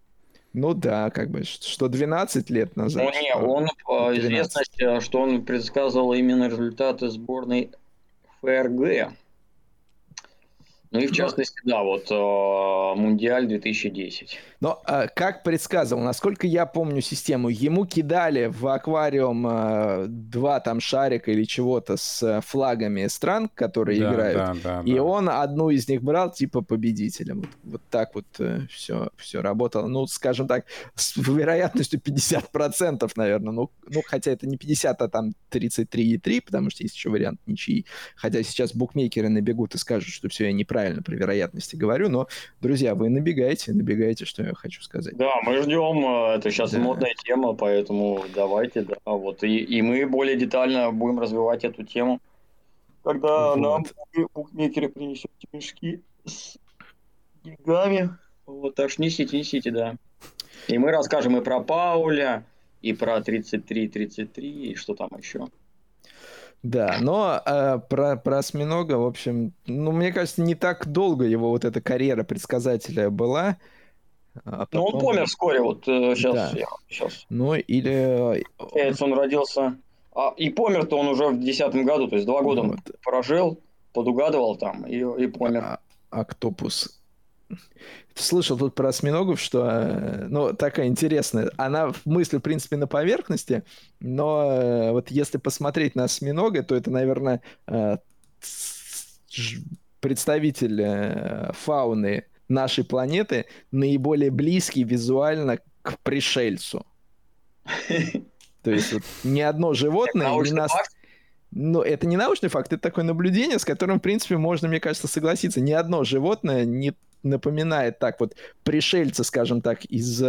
Ну да, как бы, что 12 лет назад. Ну не, он известность, что он предсказывал именно результаты сборной ФРГ. Ну и в частности, да, вот Мундиаль 2010. Но как предсказывал, насколько я помню систему, ему кидали в аквариум 2 там шарика или чего-то с флагами стран, которые играют, и он одну из них брал типа победителем. Вот так вот все работало. Ну, скажем так, с вероятностью 50%, наверное. Ну, хотя это не 50, а там 33,3, потому что есть еще вариант ничьи. Хотя сейчас букмекеры набегут и скажут, что все, я неправильно при вероятности говорю, но, друзья, вы набегаете, что я хочу сказать. Да, мы ждем, это сейчас модная тема, поэтому давайте, да, вот, и мы более детально будем развивать эту тему, когда нам букмекеры принесут мешки с деньгами, вот, так что несите, да. И мы расскажем и про Пауля, и про 33-33, и что там еще. Да, но про осьминога, в общем, ну, мне кажется, не так долго его вот эта карьера предсказателя была. Потом... Ну, он помер вскоре, вот сейчас. Да. Сейчас. Ну, или... Он родился... и помер-то он уже в 2010 году, то есть 2 года вот. Он прожил, подугадывал там и помер. Октопус. Слышал тут про осьминогов, что, ну, такая интересная. Она мысль, в принципе, на поверхности, но вот если посмотреть на осьминога, то это, наверное, представитель фауны нашей планеты, наиболее близкий визуально к пришельцу. То есть вот ни одно животное... Ну, это не научный факт, это такое наблюдение, с которым, в принципе, можно, мне кажется, согласиться. Ни одно животное не напоминает так вот пришельца, скажем так, из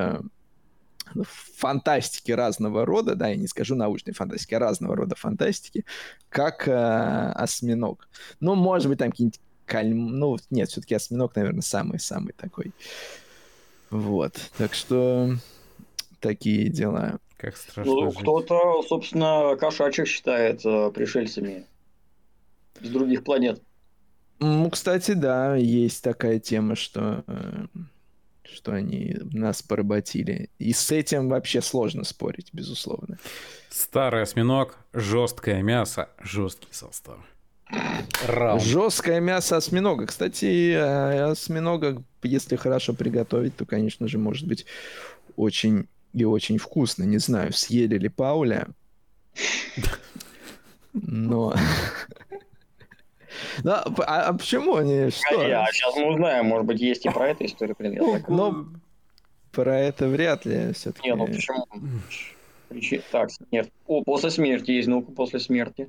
фантастики разного рода, да, я не скажу научной фантастики, а разного рода фантастики, как осьминог. Ну, может быть, там какие-нибудь ну, нет, все-таки осьминог, наверное, самый-самый такой. Вот, так что такие дела. Как страшно жить. Кто-то, собственно, кошачьих считает пришельцами с других планет. Ну, кстати, да, есть такая тема, что они нас поработили. И с этим вообще сложно спорить, безусловно. Старый осьминог, жесткое мясо, жесткий состав. Жесткое мясо осьминога. Кстати, осьминога, если хорошо приготовить, то, конечно же, может быть очень и очень вкусно. Не знаю, съели ли Пауля, но... А почему они? Что? Сейчас мы узнаем, может быть, есть и про эту историю. Но про это вряд ли все-таки. Не, ну почему? Так, смерть. После смерти есть наука после смерти.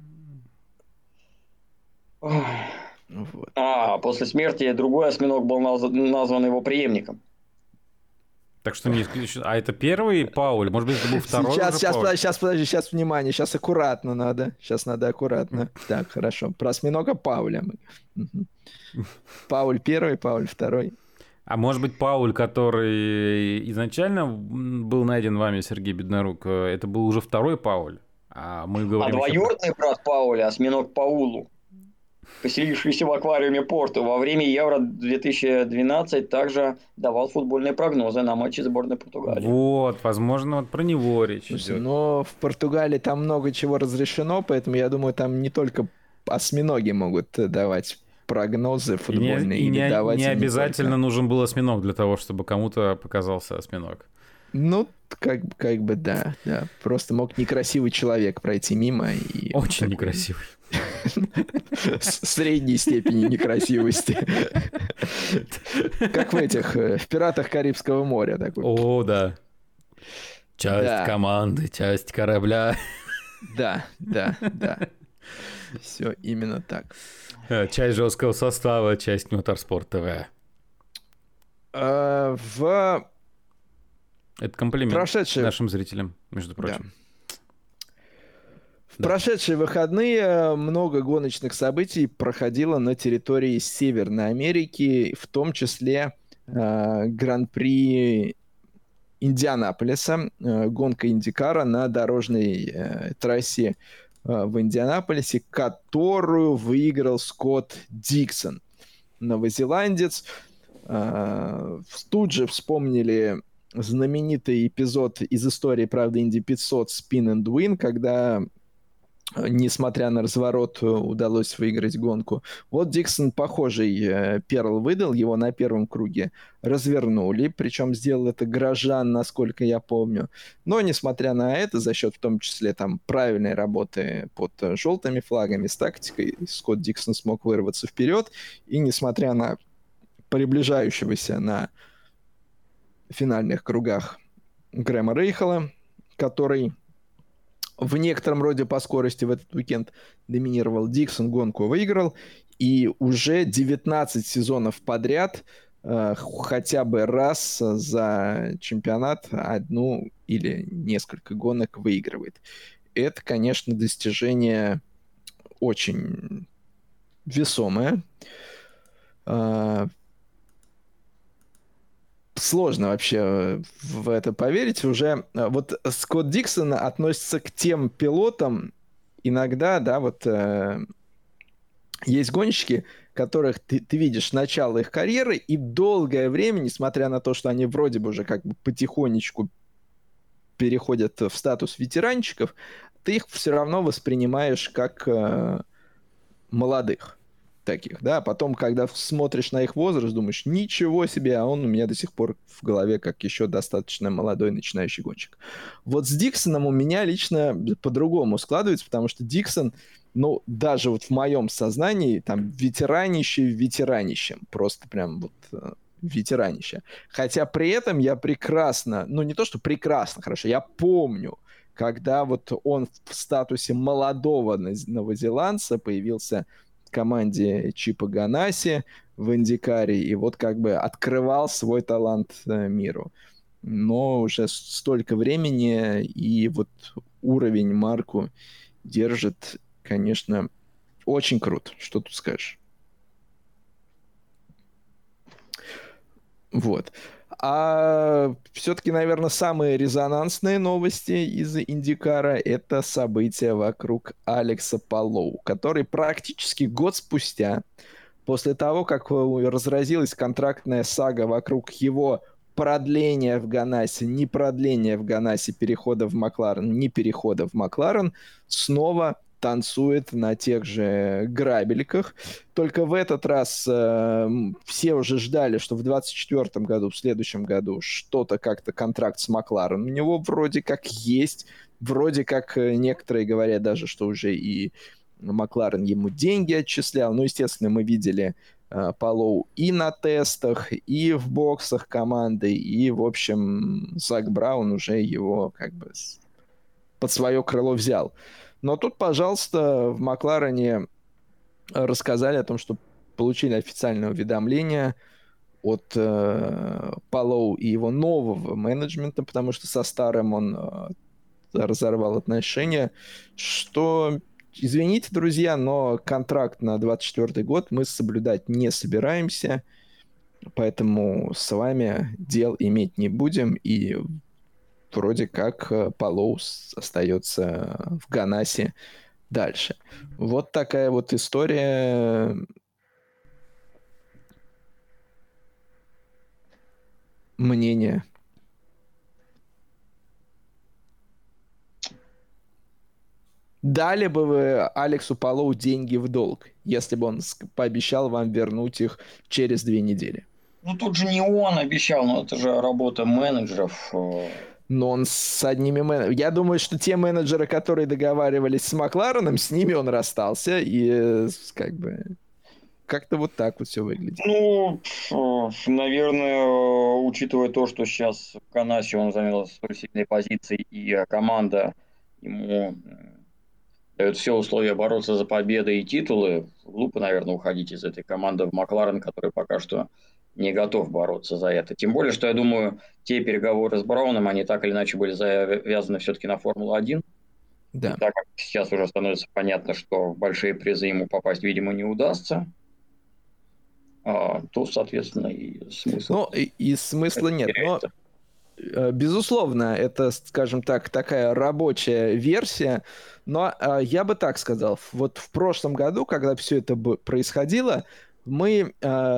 Вот. После смерти другой осьминог был назван его преемником. Так что не исключено. А это первый Пауль? Может быть, это был второй? Сейчас, подожди, сейчас внимание, сейчас аккуратно надо. Сейчас надо аккуратно. Так, хорошо. Про осьминога Пауля. Пауль первый, Пауль второй. А может быть, Пауль, который изначально был найден вами, Сергей Беднорук, это был уже второй Пауль? А мы говорим... двоюродный брат Пауля, осьминог Паулу, поселившийся в аквариуме Порту, во время Евро-2012 также давал футбольные прогнозы на матчи сборной Португалии. Вот, возможно, вот про него речь идет. Но в Португалии там много чего разрешено, поэтому я думаю, там не только осьминоги могут давать прогнозы футбольные. И не обязательно нужен был осьминог для того, чтобы кому-то показался осьминог. Ну, как бы да. Просто мог некрасивый человек пройти мимо. И очень некрасивый. Средней степени некрасивости. Как в этих, в «Пиратах Карибского моря». Такой. О, да. Часть команды, часть корабля. Да. Все именно так. Часть жесткого состава, часть Моторспорт ТВ. Это комплимент нашим зрителям, между прочим. В прошедшие выходные много гоночных событий проходило на территории Северной Америки, в том числе Гран-при Индианаполиса, гонка Индикара на дорожной трассе в Индианаполисе, которую выиграл Скотт Диксон, новозеландец. Тут же вспомнили знаменитый эпизод из истории, правда, Инди 500 Spin and Win, когда, несмотря на разворот, удалось выиграть гонку. Вот Диксон похожий перл выдал, его на первом круге развернули, причем сделал это Грожан, насколько я помню. Но, несмотря на это, за счет в том числе там правильной работы под желтыми флагами с тактикой, Скотт Диксон смог вырваться вперед, и несмотря на приближающегося на финальных кругах Грэма Рейхела, который в некотором роде по скорости в этот уикенд доминировал, Диксон гонку выиграл, и уже 19 сезонов подряд хотя бы раз за чемпионат одну или несколько гонок выигрывает. Это, конечно, достижение очень весомое. Сложно вообще в это поверить. Уже вот Скотт Диксон относится к тем пилотам иногда, да, вот есть гонщики, которых ты видишь начало их карьеры, и долгое время, несмотря на то, что они вроде бы уже как бы потихонечку переходят в статус ветеранчиков, ты их все равно воспринимаешь как молодых таких, да, потом, когда смотришь на их возраст, думаешь, ничего себе, а он у меня до сих пор в голове как еще достаточно молодой начинающий гонщик. Вот с Диксоном у меня лично по-другому складывается, потому что Диксон, ну, даже вот в моем сознании, там, ветеранищем, просто прям вот ветеранище. Хотя при этом я прекрасно, ну, не то, что прекрасно, хорошо, я помню, когда вот он в статусе молодого новозеландца появился команде Чипа Ганаси в Индикаре, и вот как бы открывал свой талант миру. Но уже столько времени, и вот уровень марку держит, конечно, очень круто. Что тут скажешь? Вот. А все-таки, наверное, самые резонансные новости из Индикара — это события вокруг Алекса Палоу, который практически год спустя, после того, как разразилась контрактная сага вокруг его продления в Ганасе, не продления в Ганасе, перехода в Макларен, не перехода в Макларен, снова танцует на тех же грабельках. Только в этот раз все уже ждали, что в 2024 году, в следующем году, что-то как-то контракт с Макларен у него вроде как есть. Вроде как некоторые говорят даже, что уже и Макларен ему деньги отчислял. Ну, естественно, мы видели Палоу и на тестах, и в боксах команды, и, в общем, Зак Браун уже его как бы под свое крыло взял. Но тут, пожалуйста, в Макларене рассказали о том, что получили официальное уведомление от Палоу и его нового менеджмента, потому что со старым он разорвал отношения, что, извините, друзья, но контракт на 2024 год мы соблюдать не собираемся, поэтому с вами дел иметь не будем, и вроде как Палоу остается в Ганасе дальше. Вот такая вот история. Мнение. Дали бы вы Алексу Палоу деньги в долг, если бы он пообещал вам вернуть их через 2 недели? Ну, тут же не он обещал, но это же работа менеджеров. Но он с одними менеджерами. Я думаю, что те менеджеры, которые договаривались с Маклареном, с ними он расстался. И как бы как-то вот так вот все выглядит. Ну, наверное, учитывая то, что сейчас в Ганасе он занял столь сильные позиции, и команда ему дает все условия бороться за победы и титулы, глупо, наверное, уходить из этой команды в Макларен, который пока что не готов бороться за это. Тем более, что я думаю, те переговоры с Брауном, они так или иначе были завязаны все-таки на Формулу-1. Да. И так как сейчас уже становится понятно, что в большие призы ему попасть, видимо, не удастся, то, соответственно, и смысл. Ну, и смысла нет. Но, безусловно, это, скажем так, такая рабочая версия. Но я бы так сказал. Вот в прошлом году, когда все это происходило, мы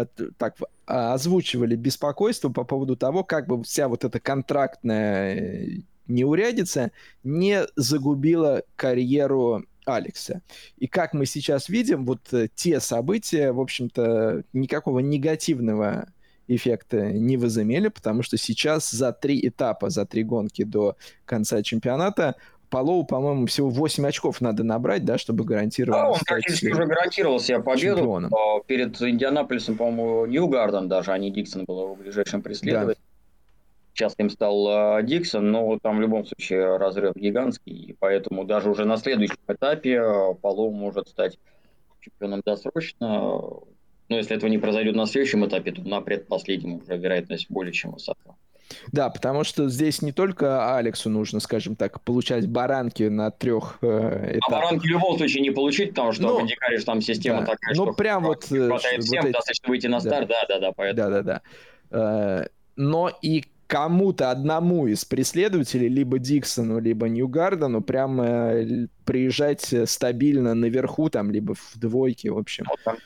озвучивали беспокойство по поводу того, как бы вся вот эта контрактная неурядица не загубила карьеру Алекса. И как мы сейчас видим, вот те события, в общем-то, никакого негативного эффекта не возымели, потому что сейчас за 3 этапа, за 3 гонки до конца чемпионата Палоу, по-моему, всего 8 очков надо набрать, да, чтобы гарантировать. Он практически уже гарантировал себе победу. Чемпионом. Перед Индианаполисом, по-моему, Ньюгарден даже, а не Диксон был его ближайшим преследователем. Да. Сейчас им стал Диксон, но там в любом случае разрыв гигантский, и поэтому даже уже на следующем этапе Палоу может стать чемпионом досрочно. Но если этого не произойдет на следующем этапе, то на предпоследнем уже вероятность более чем высока. Да, потому что здесь не только Алексу нужно, скажем так, получать баранки на 3 этапах. А баранки в любом случае не получить, потому что в Индикаре же там система такая, что прям хватает всем, достаточно выйти на старт, да, поэтому... Да. Но и кому-то одному из преследователей, либо Диксону, либо Ньюгардену, прям приезжать стабильно наверху, там, либо в двойке, в общем.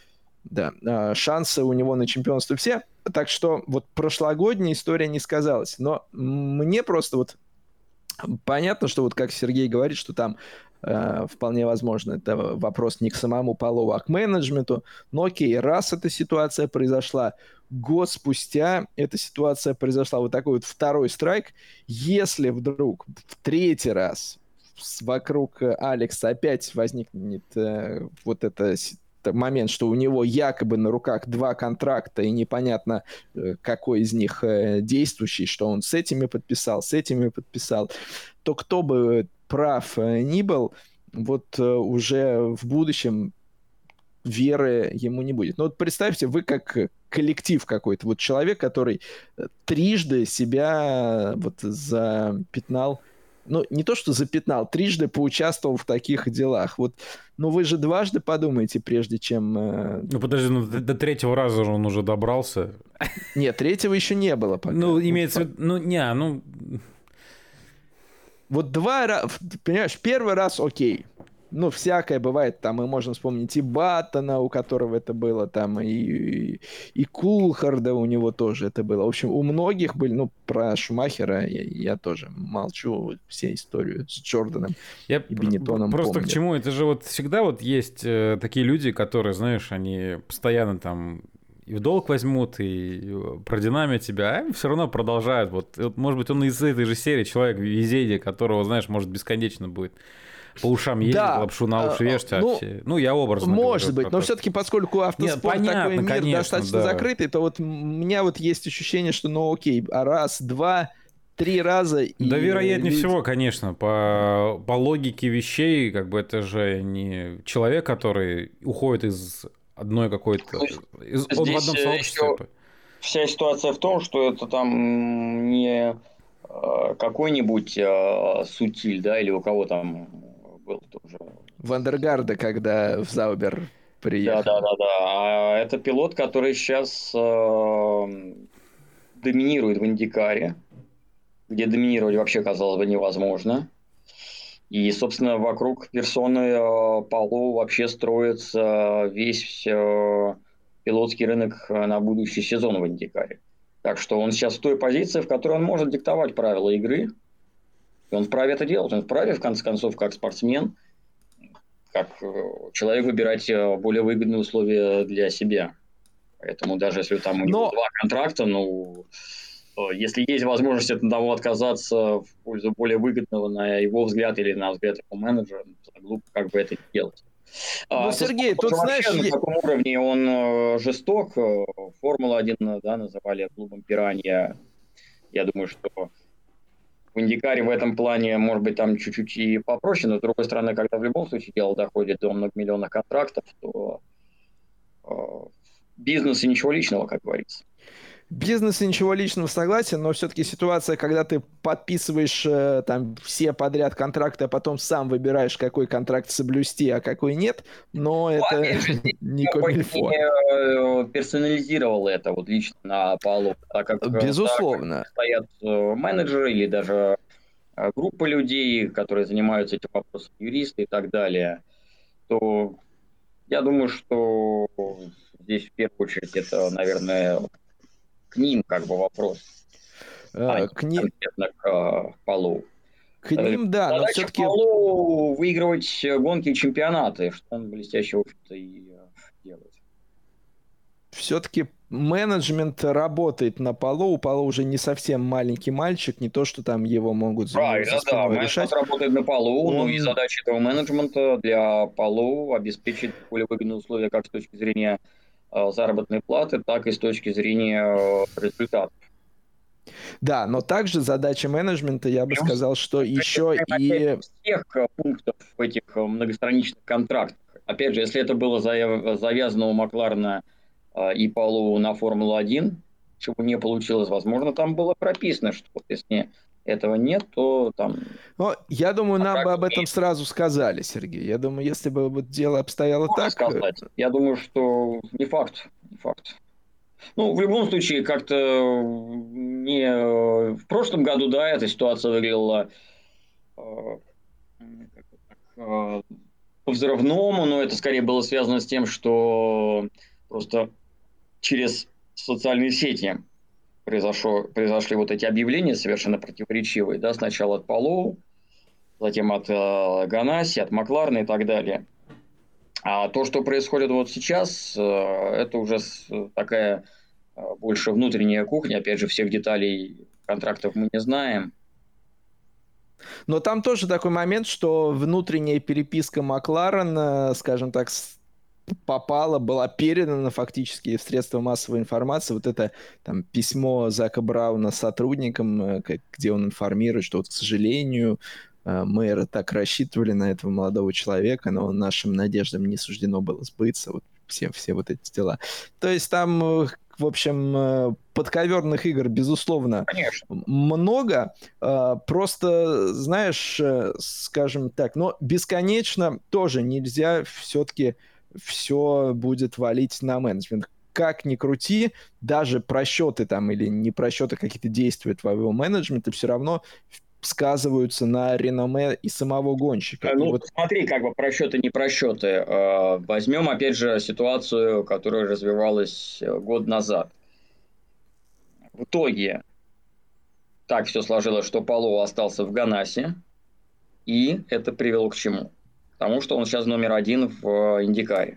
Да, шансы у него на чемпионство все. Так что вот прошлогодняя история не сказалась. Но мне просто вот понятно, что вот как Сергей говорит, что там вполне возможно это вопрос не к самому Палоу, а к менеджменту. Но окей, раз эта ситуация произошла, год спустя эта ситуация произошла, вот такой вот второй страйк. Если вдруг в 3-й раз вокруг Алекса опять возникнет вот эта момент, что у него якобы на руках 2 контракта, и непонятно, какой из них действующий, что он с этими подписал, то кто бы прав ни был, вот уже в будущем веры ему не будет. Но вот представьте, вы как коллектив какой-то, вот человек, который трижды себя вот запятнал, ну, не то, что запятнал, трижды поучаствовал в таких делах. Вот, ну, вы же дважды подумаете, прежде чем... Ну, подожди, до 3-го раза же он уже добрался. Нет, 3-го еще не было пока. Ну, имеется в виду... Вот 2 раза... Понимаешь, 1-й раз окей. Ну, всякое бывает, там мы можем вспомнить и Баттона, у которого это было, там и Кулхарда у него тоже это было. В общем, у многих были, ну, про Шумахера я тоже молчу, все историю с Джорданом и Бенеттоном просто помню. К чему? Это же вот всегда вот есть такие люди, которые, знаешь, они постоянно там и в долг возьмут, и продинамят тебя, а все равно продолжают. Вот, может быть, он из этой же серии человек везение, которого, знаешь, может, бесконечно будет по ушам ездить, лапшу на уши вешать, все. Ну, я образно может быть, но все-таки, поскольку автоспорт такой мир конечно, достаточно закрытый, то вот у меня вот есть ощущение, что, ну, окей, раз, 2, 3 раза... Да, вероятнее всего, конечно, по логике вещей, как бы это же не человек, который уходит из одной какой-то... Он в одном сообществе. Вся ситуация в том, что это там не какой-нибудь Сутиль, да, или у кого там был тоже... Вандергарда, когда в Заубер приехал. Да. А это пилот, который сейчас доминирует в Индикаре, где доминировать вообще, казалось бы, невозможно. И, собственно, вокруг персоны Палоу вообще строится весь пилотский рынок на будущий сезон в Индикаре. Так что он сейчас в той позиции, в которой он может диктовать правила игры. И он вправе это делать. Он вправе, в конце концов, как спортсмен, как человек выбирать более выгодные условия для себя. Поэтому даже если там у него 2 контракта, ну, если есть возможность от одного отказаться в пользу более выгодного, на его взгляд или на взгляд его менеджера, глупо как бы это делать. Ну, Сергей, тут, знаешь... На каком уровне он жесток. Формула-1, да, называли клубом пиранья. Я думаю, что в Индикаре в этом плане, может быть, там чуть-чуть и попроще, но, с другой стороны, когда в любом случае дело доходит до многомиллионных контрактов, то бизнес и ничего личного, как говорится. Бизнес и ничего личного, согласен, но все-таки ситуация, когда ты подписываешь там все подряд контракты, а потом сам выбираешь, какой контракт соблюсти, а какой нет, но это не комильфо. Я персонализировал это вот лично на Палоу, так как безусловно стоят менеджеры или даже группа людей, которые занимаются этим вопросом, юристы и так далее, то я думаю, что здесь в первую очередь это, наверное, к ним как бы вопрос, а не конкретно к Палоу. К ним, да, но задача все-таки... Палоу выигрывать гонки и чемпионаты, что он блестяще, в общем-то, и делает. Все-таки менеджмент работает на Палоу. Палоу уже не совсем маленький мальчик, не то, что там его могут за спиной решать. Менеджмент работает на Палоу, но и задача этого менеджмента для Палоу обеспечить более выгодные условия как с точки зрения заработной платы, так и с точки зрения результатов. Да, но также задача менеджмента, я бы сказал, что еще и... всех пунктов в этих многостраничных контрактах. Опять же, если это было завязано у Макларена и Палоу на Формулу-1, чего не получилось, возможно, там было прописано, что вот если этого нет, то там... Но я думаю, нам бы об этом сразу сказали, Сергей. Я думаю, если бы вот дело обстояло так... сказать. Я думаю, что не факт. Ну, в любом случае, как-то не... В прошлом году, да, эта ситуация выглядела по-взрывному, но это скорее было связано с тем, что просто через социальные сети произошли вот эти объявления совершенно противоречивые, да, сначала от Палоу, затем от Ганаси, от Макларена и так далее. А то, что происходит вот сейчас, это уже такая больше внутренняя кухня. Опять же, всех деталей контрактов мы не знаем. Но там тоже такой момент, что внутренняя переписка Макларена, скажем так, была передана фактически в средства массовой информации. Вот это там письмо Зака Брауна сотрудникам, где он информирует, что вот, к сожалению, мы так рассчитывали на этого молодого человека, но нашим надеждам не суждено было сбыться. Вот все вот эти дела. То есть там, в общем, подковерных игр, безусловно, много. Просто, знаешь, скажем так, но бесконечно тоже нельзя все-таки все будет валить на менеджмент. Как ни крути, даже просчеты там или не просчеты, какие-то действия твоего менеджмента все равно сказываются на реноме и самого гонщика. Ну, вот... смотри, как бы просчеты, не просчеты. Возьмем, опять же, ситуацию, которая развивалась год назад. В итоге так все сложилось, что Палоу остался в Ганасе, и это привело к чему? Потому что он сейчас номер 1 в Индикаре.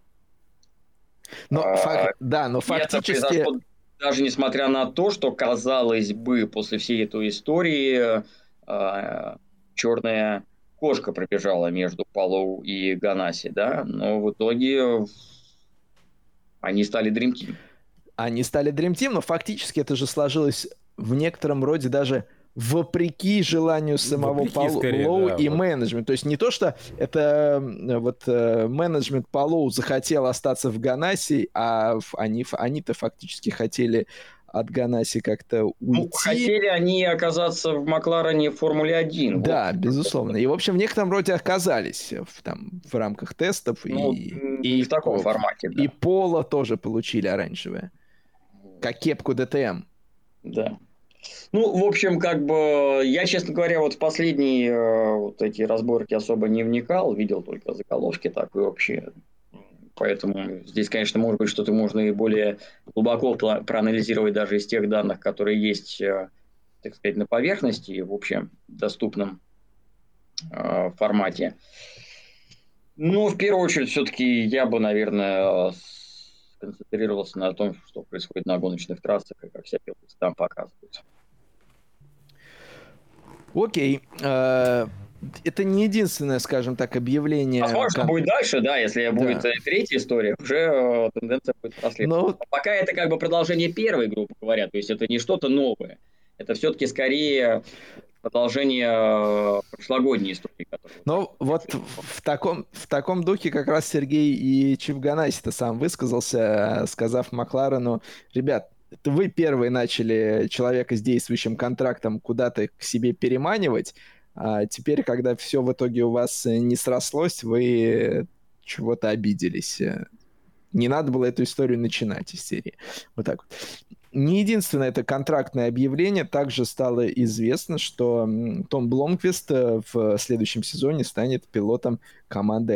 Но фактически... Даже несмотря на то, что, казалось бы, после всей этой истории черная кошка пробежала между Палоу и Ганаси, да, но в итоге они стали Dream Team. Они стали Dream Team, но фактически это же сложилось в некотором роде даже вопреки желанию самого Палоу и менеджмента. То есть не то, что это вот менеджмент Палоу захотел остаться в Ганаси, а они-то фактически хотели от Ганаси как-то уйти. Ну, хотели они оказаться в Макларене в Формуле 1. Да, вот. Безусловно. И, в общем, в некотором роде оказались в рамках тестов. Ну, и в таком формате, да. И поло тоже получили оранжевое. Как кепку ДТМ. Да. Ну, в общем, как бы, я, честно говоря, вот в последние вот эти разборки особо не вникал, видел только заголовки так и вообще. Поэтому здесь, конечно, может быть, что-то можно и более глубоко проанализировать даже из тех данных, которые есть, так сказать, на поверхности и в общем доступном формате. Но в первую очередь все-таки я бы, наверное, сконцентрировался на том, что происходит на гоночных трассах и как всякие там показывают. Окей. Это не единственное, скажем так, объявление. Возможно, что будет дальше, да, если будет третья история, уже тенденция будет прослеживаться. Но... Пока это как бы продолжение первой, грубо говоря, то есть это не что-то новое. Это все-таки скорее продолжение прошлогодней истории. Но вот в таком духе как раз Сергей и Чип Ганаси-то сам высказался, сказав Макларену: ребят, это вы первые начали человека с действующим контрактом куда-то к себе переманивать, а теперь, когда все в итоге у вас не срослось, вы чего-то обиделись. Не надо было эту историю начинать из серии. Вот так вот. Не единственное это контрактное объявление. Также стало известно, что Том Бломквист в следующем сезоне станет пилотом команды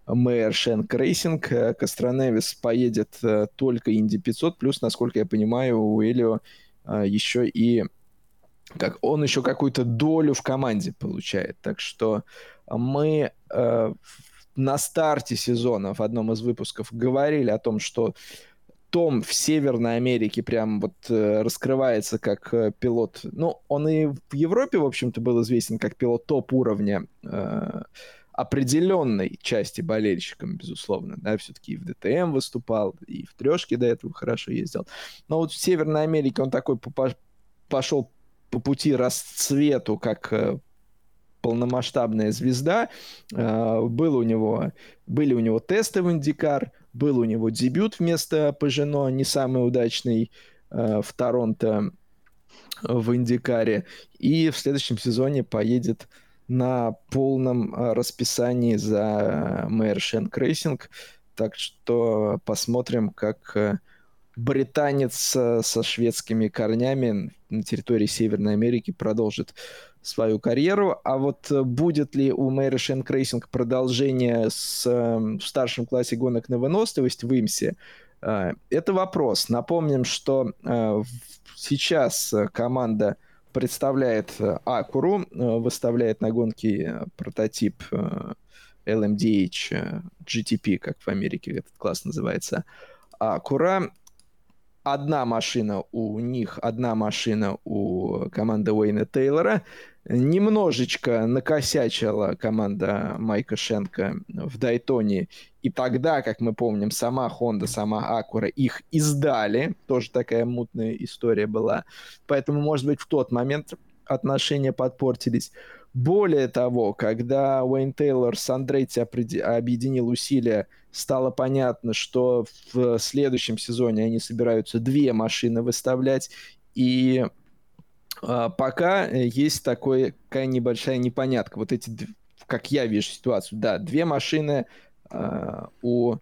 Мейер Шенк Рейсинг. Кастроневис поедет только Инди 500, плюс, насколько я понимаю, у Элио еще и он еще какую-то долю в команде получает. Так что мы на старте сезона в одном из выпусков говорили о том, что Том в Северной Америке прям вот раскрывается как пилот. Ну, он и в Европе, в общем-то, был известен как пилот топ-уровня определенной части болельщикам, безусловно. Да, все-таки и в ДТМ выступал, и в трешке до этого хорошо ездил. Но вот в Северной Америке он такой пошел по пути расцвету, как полномасштабная звезда. Были у него тесты в IndyCar, был у него дебют вместо Пежено, не самый удачный в Торонто в IndyCar. И в следующем сезоне поедет на полном расписании за Мейер Шенк Рейсинг. Так что посмотрим, как британец со шведскими корнями на территории Северной Америки продолжит свою карьеру. А вот будет ли у Мейер Шенк Рейсинг продолжение в старшем классе гонок на выносливость в ИМСе? Это вопрос. Напомним, что сейчас команда представляет Акуру, выставляет на гонки прототип LMDH GTP, как в Америке этот класс называется, Акура. Одна машина у них, одна машина у команды Уэйна Тейлора. Немножечко накосячила команда Майка Шенка в Дайтоне. И тогда, как мы помним, сама Honda, сама Acura их издали. Тоже такая мутная история была. Поэтому, может быть, в тот момент отношения подпортились. Более того, когда Уэйн Тейлор с Андретти объединил усилия, стало понятно, что в следующем сезоне они собираются 2 машины выставлять. И пока есть такая небольшая непонятка. Вот эти, как я вижу ситуацию, да, 2 машины у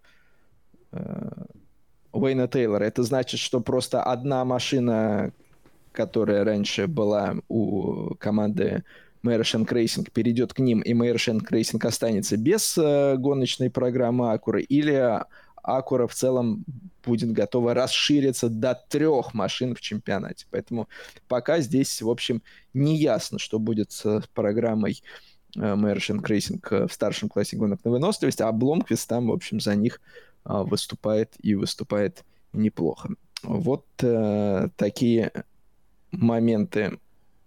Уэйна Тейлора. Это значит, что просто одна машина, которая раньше была у команды Мейер Шенк Рейсинг, перейдет к ним, и Мейер Шенк Рейсинг останется без гоночной программы Акуры, или Акура в целом будет готова расшириться до 3 машин в чемпионате. Поэтому пока здесь, в общем, не ясно, что будет с программой Мейер Шенк Рейсинг в старшем классе гонок на выносливость, а Бломквист там, в общем, за них выступает и выступает неплохо. Вот такие моменты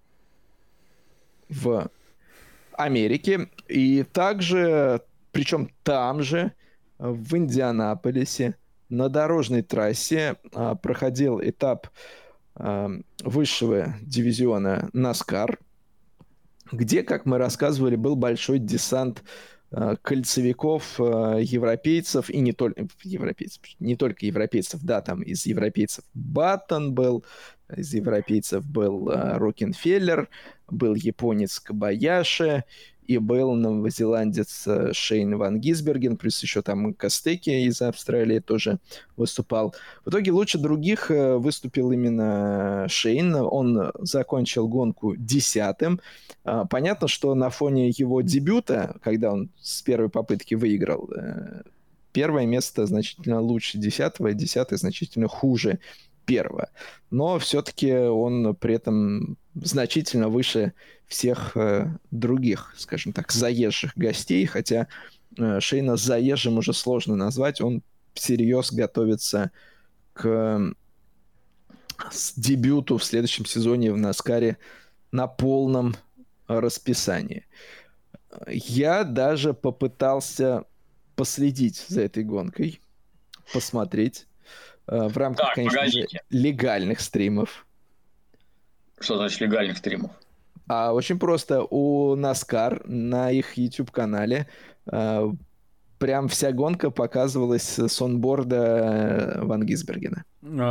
в Америке. И также, причем там же, в Индианаполисе, на дорожной трассе проходил этап высшего дивизиона NASCAR, где, как мы рассказывали, был большой десант кольцевиков, европейцев, и не только европейцев, да, там из европейцев Баттон был, из европейцев был Рокенфеллер, был японец Кобаяши, и был новозеландец Шейн Ван Гисберген, плюс еще там Костеки из Австралии тоже выступал. В итоге лучше других выступил именно Шейн. Он закончил гонку 10-м. Понятно, что на фоне его дебюта, когда он с первой попытки выиграл, первое место значительно лучше 10-го, и 10-й значительно хуже первого. Но все-таки он при этом значительно выше всех других, скажем так, заезжих гостей, хотя Шейна заезжим уже сложно назвать, он всерьез готовится к дебюту в следующем сезоне в Наскаре на полном расписании. Я даже попытался последить за этой гонкой, посмотреть в рамках, конечно же, легальных стримов. Что значит легальных стримов? Очень просто. У NASCAR на их YouTube-канале прям вся гонка показывалась с онборда Ван Гисбергена.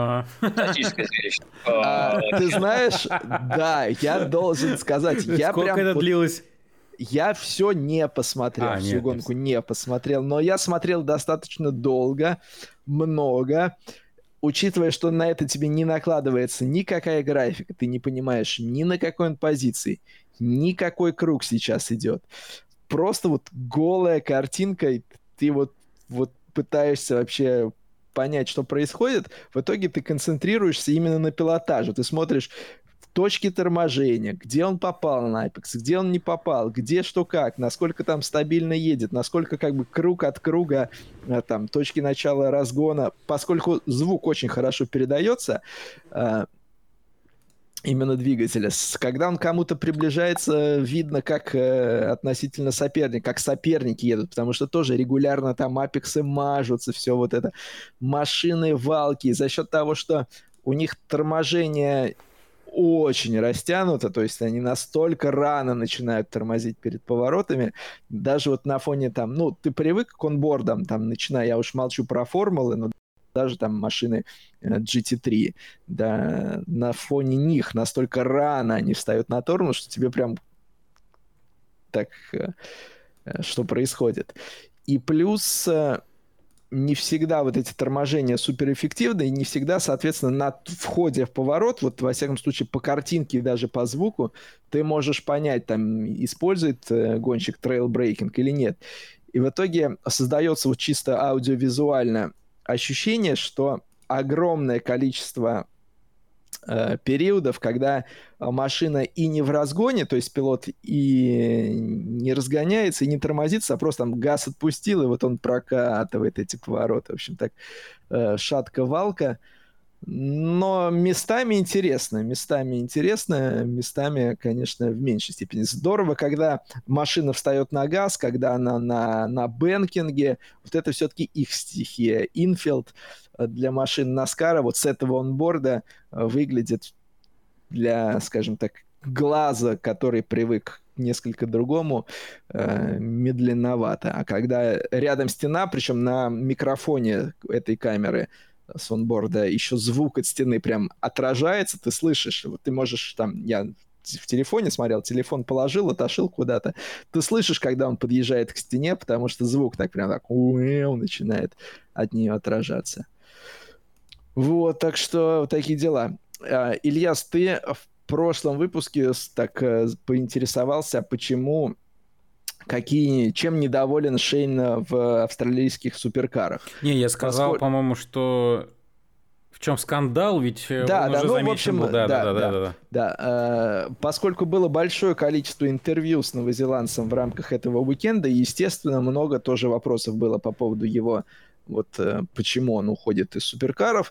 Ты знаешь, да, я должен сказать, Сколько это длилось? Я все не посмотрел, всю гонку не посмотрел, но я смотрел достаточно долго, много. Учитывая, что на это тебе не накладывается никакая графика, ты не понимаешь ни на какой он позиции, никакой круг сейчас идет. Просто вот голая картинка, ты вот пытаешься вообще понять, что происходит, в итоге ты концентрируешься именно на пилотаже. Ты смотришь точки торможения, где он попал на Apex, где он не попал, где что как, насколько там стабильно едет, насколько как бы круг от круга, там, точки начала разгона, поскольку звук очень хорошо передается, именно двигателя. Когда он кому-то приближается, видно, как относительно соперника, как соперники едут, потому что тоже регулярно там апексы мажутся, все вот это, машины валки, за счет того, что у них торможение очень растянуто, то есть они настолько рано начинают тормозить перед поворотами, даже вот на фоне там, ну, ты привык к онбордам, там, начиная, я уж молчу про формулы, но даже там машины GT3, да, на фоне них настолько рано они встают на тормоз, что тебе прям так, что происходит. И плюс не всегда вот эти торможения суперэффективны, и не всегда, соответственно, на входе в поворот, вот во всяком случае по картинке и даже по звуку, ты можешь понять, там, использует гонщик трейл-брейкинг или нет. И в итоге создается вот чисто аудиовизуально ощущение, что огромное количество периодов, когда машина и не в разгоне, то есть пилот и не разгоняется, и не тормозится, а просто там газ отпустил, и вот он прокатывает эти повороты. В общем, так шатка-валка. Но местами интересно, местами, конечно, в меньшей степени. Здорово, когда машина встает на газ, когда она на бэнкинге. Вот это все-таки их стихия. Инфилд для машин Наскара вот с этого онборда выглядит для, скажем так, глаза, который привык к несколько другому, медленновато. А когда рядом стена, причем на микрофоне этой камеры с онборда еще звук от стены прям отражается, ты слышишь, вот ты можешь там, я в телефоне смотрел, телефон положил, отошел куда-то, ты слышишь, когда он подъезжает к стене, потому что звук так прям так начинает от нее отражаться. Вот, так что вот такие дела. Ильяс, ты в прошлом выпуске так поинтересовался, почему чем недоволен Шейн в австралийских суперкарах. Не, я сказал, по-моему, что в чем скандал, ведь он уже замечен был. Да. Поскольку было большое количество интервью с новозеландцем в рамках этого уикенда, естественно, много тоже вопросов было по поводу его, вот почему он уходит из суперкаров.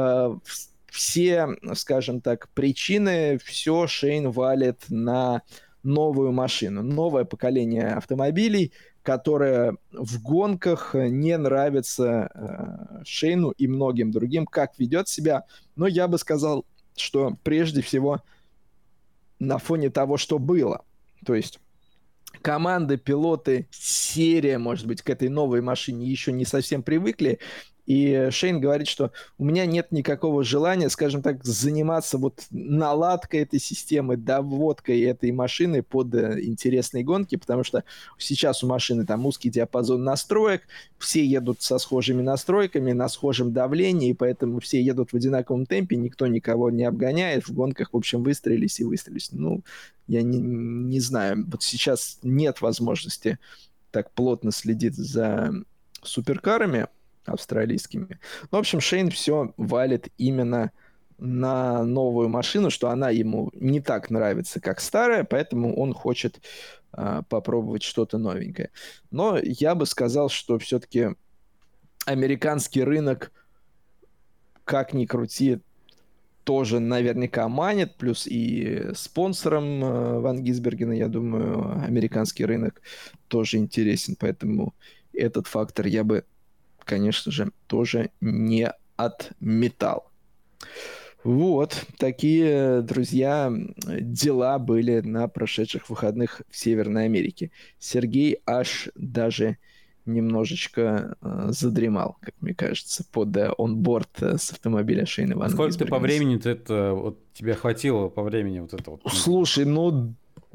Все, скажем так, причины, все Шейн валит на новую машину, новое поколение автомобилей, которое в гонках не нравится Шейну и многим другим, как ведет себя. Но я бы сказал, что прежде всего на фоне того, что было. То есть команды, пилоты, серия, может быть, к этой новой машине еще не совсем привыкли. И Шейн говорит, что у меня нет никакого желания, скажем так, заниматься вот наладкой этой системы, доводкой этой машины под интересные гонки, потому что сейчас у машины там узкий диапазон настроек, все едут со схожими настройками, на схожем давлении, и поэтому все едут в одинаковом темпе, никто никого не обгоняет, в гонках, в общем, выстрелились и выстрелились. Ну, я не знаю, вот сейчас нет возможности так плотно следить за суперкарами австралийскими. Ну, в общем, Шейн все валит именно на новую машину, что она ему не так нравится, как старая, поэтому он хочет попробовать что-то новенькое. Но я бы сказал, что все-таки американский рынок, как ни крути, тоже наверняка манит, плюс и спонсором Ван Гисбергена, я думаю, американский рынок тоже интересен, поэтому этот фактор я бы, конечно же, тоже не отметал. Вот, такие, друзья, дела были на прошедших выходных в Северной Америке. Сергей аж даже немножечко задремал, как мне кажется, под онборд с автомобиля Шейна Ван Гисбергена. Сколько ты по времени это вот тебе хватило по времени вот это вот? Слушай, ну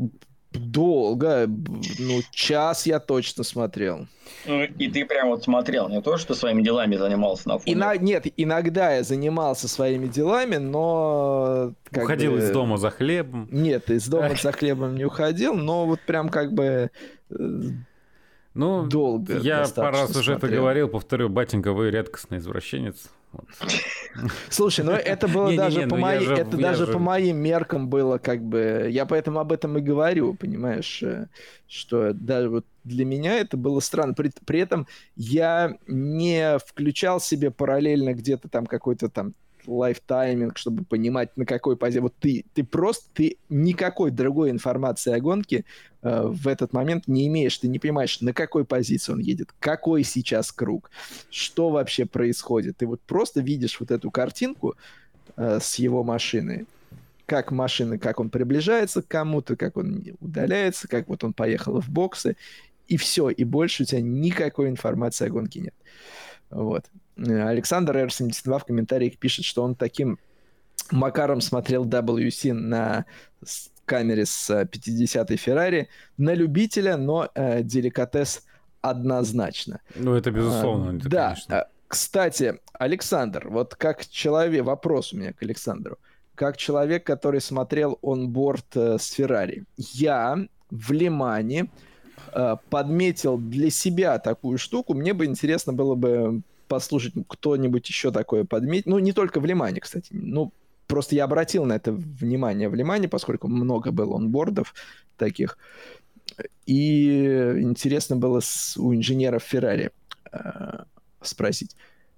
долго, ну час я точно смотрел. Ну, и ты прям вот смотрел, не то, что своими делами занимался на фоне? Нет, иногда я занимался своими делами, но... Уходил из дома за хлебом? Нет, из дома за хлебом не уходил, но вот прям как бы... Ну, долго я пару раз уже это смотрел. говорил, повторю, батенька, вы редкостный извращенец. Вот. Слушай, ну это было даже по по моим меркам было как бы... Я поэтому об этом и говорю, понимаешь, что даже вот для меня это было странно. При этом я не включал себе параллельно где-то там какой-то там лайфтайминг, чтобы понимать, на какой позиции. Вот ты никакой другой информации о гонке в этот момент не имеешь. Ты не понимаешь, на какой позиции он едет, какой сейчас круг, что вообще происходит. Ты вот просто видишь вот эту картинку с его машины, как машина, как он приближается к кому-то, как он удаляется, как вот он поехал в боксы, и все, и больше у тебя никакой информации о гонке нет. Вот. Александр R72 в комментариях пишет, что он таким макаром смотрел WC на камере с 50-й Феррари. На любителя, но деликатес однозначно. Ну, это безусловно. Это, да, конечно. Кстати, Александр, вот как человек, вопрос у меня к Александру. Как человек, который смотрел онборд с Феррари, я в Лимане подметил для себя такую штуку. Мне бы интересно было бы послушать, кто-нибудь еще такое подметил. Ну, не только в Лимане, кстати. Ну, просто я обратил на это внимание в Лимане, поскольку много было онбордов таких. И интересно было у инженеров Феррари спросить.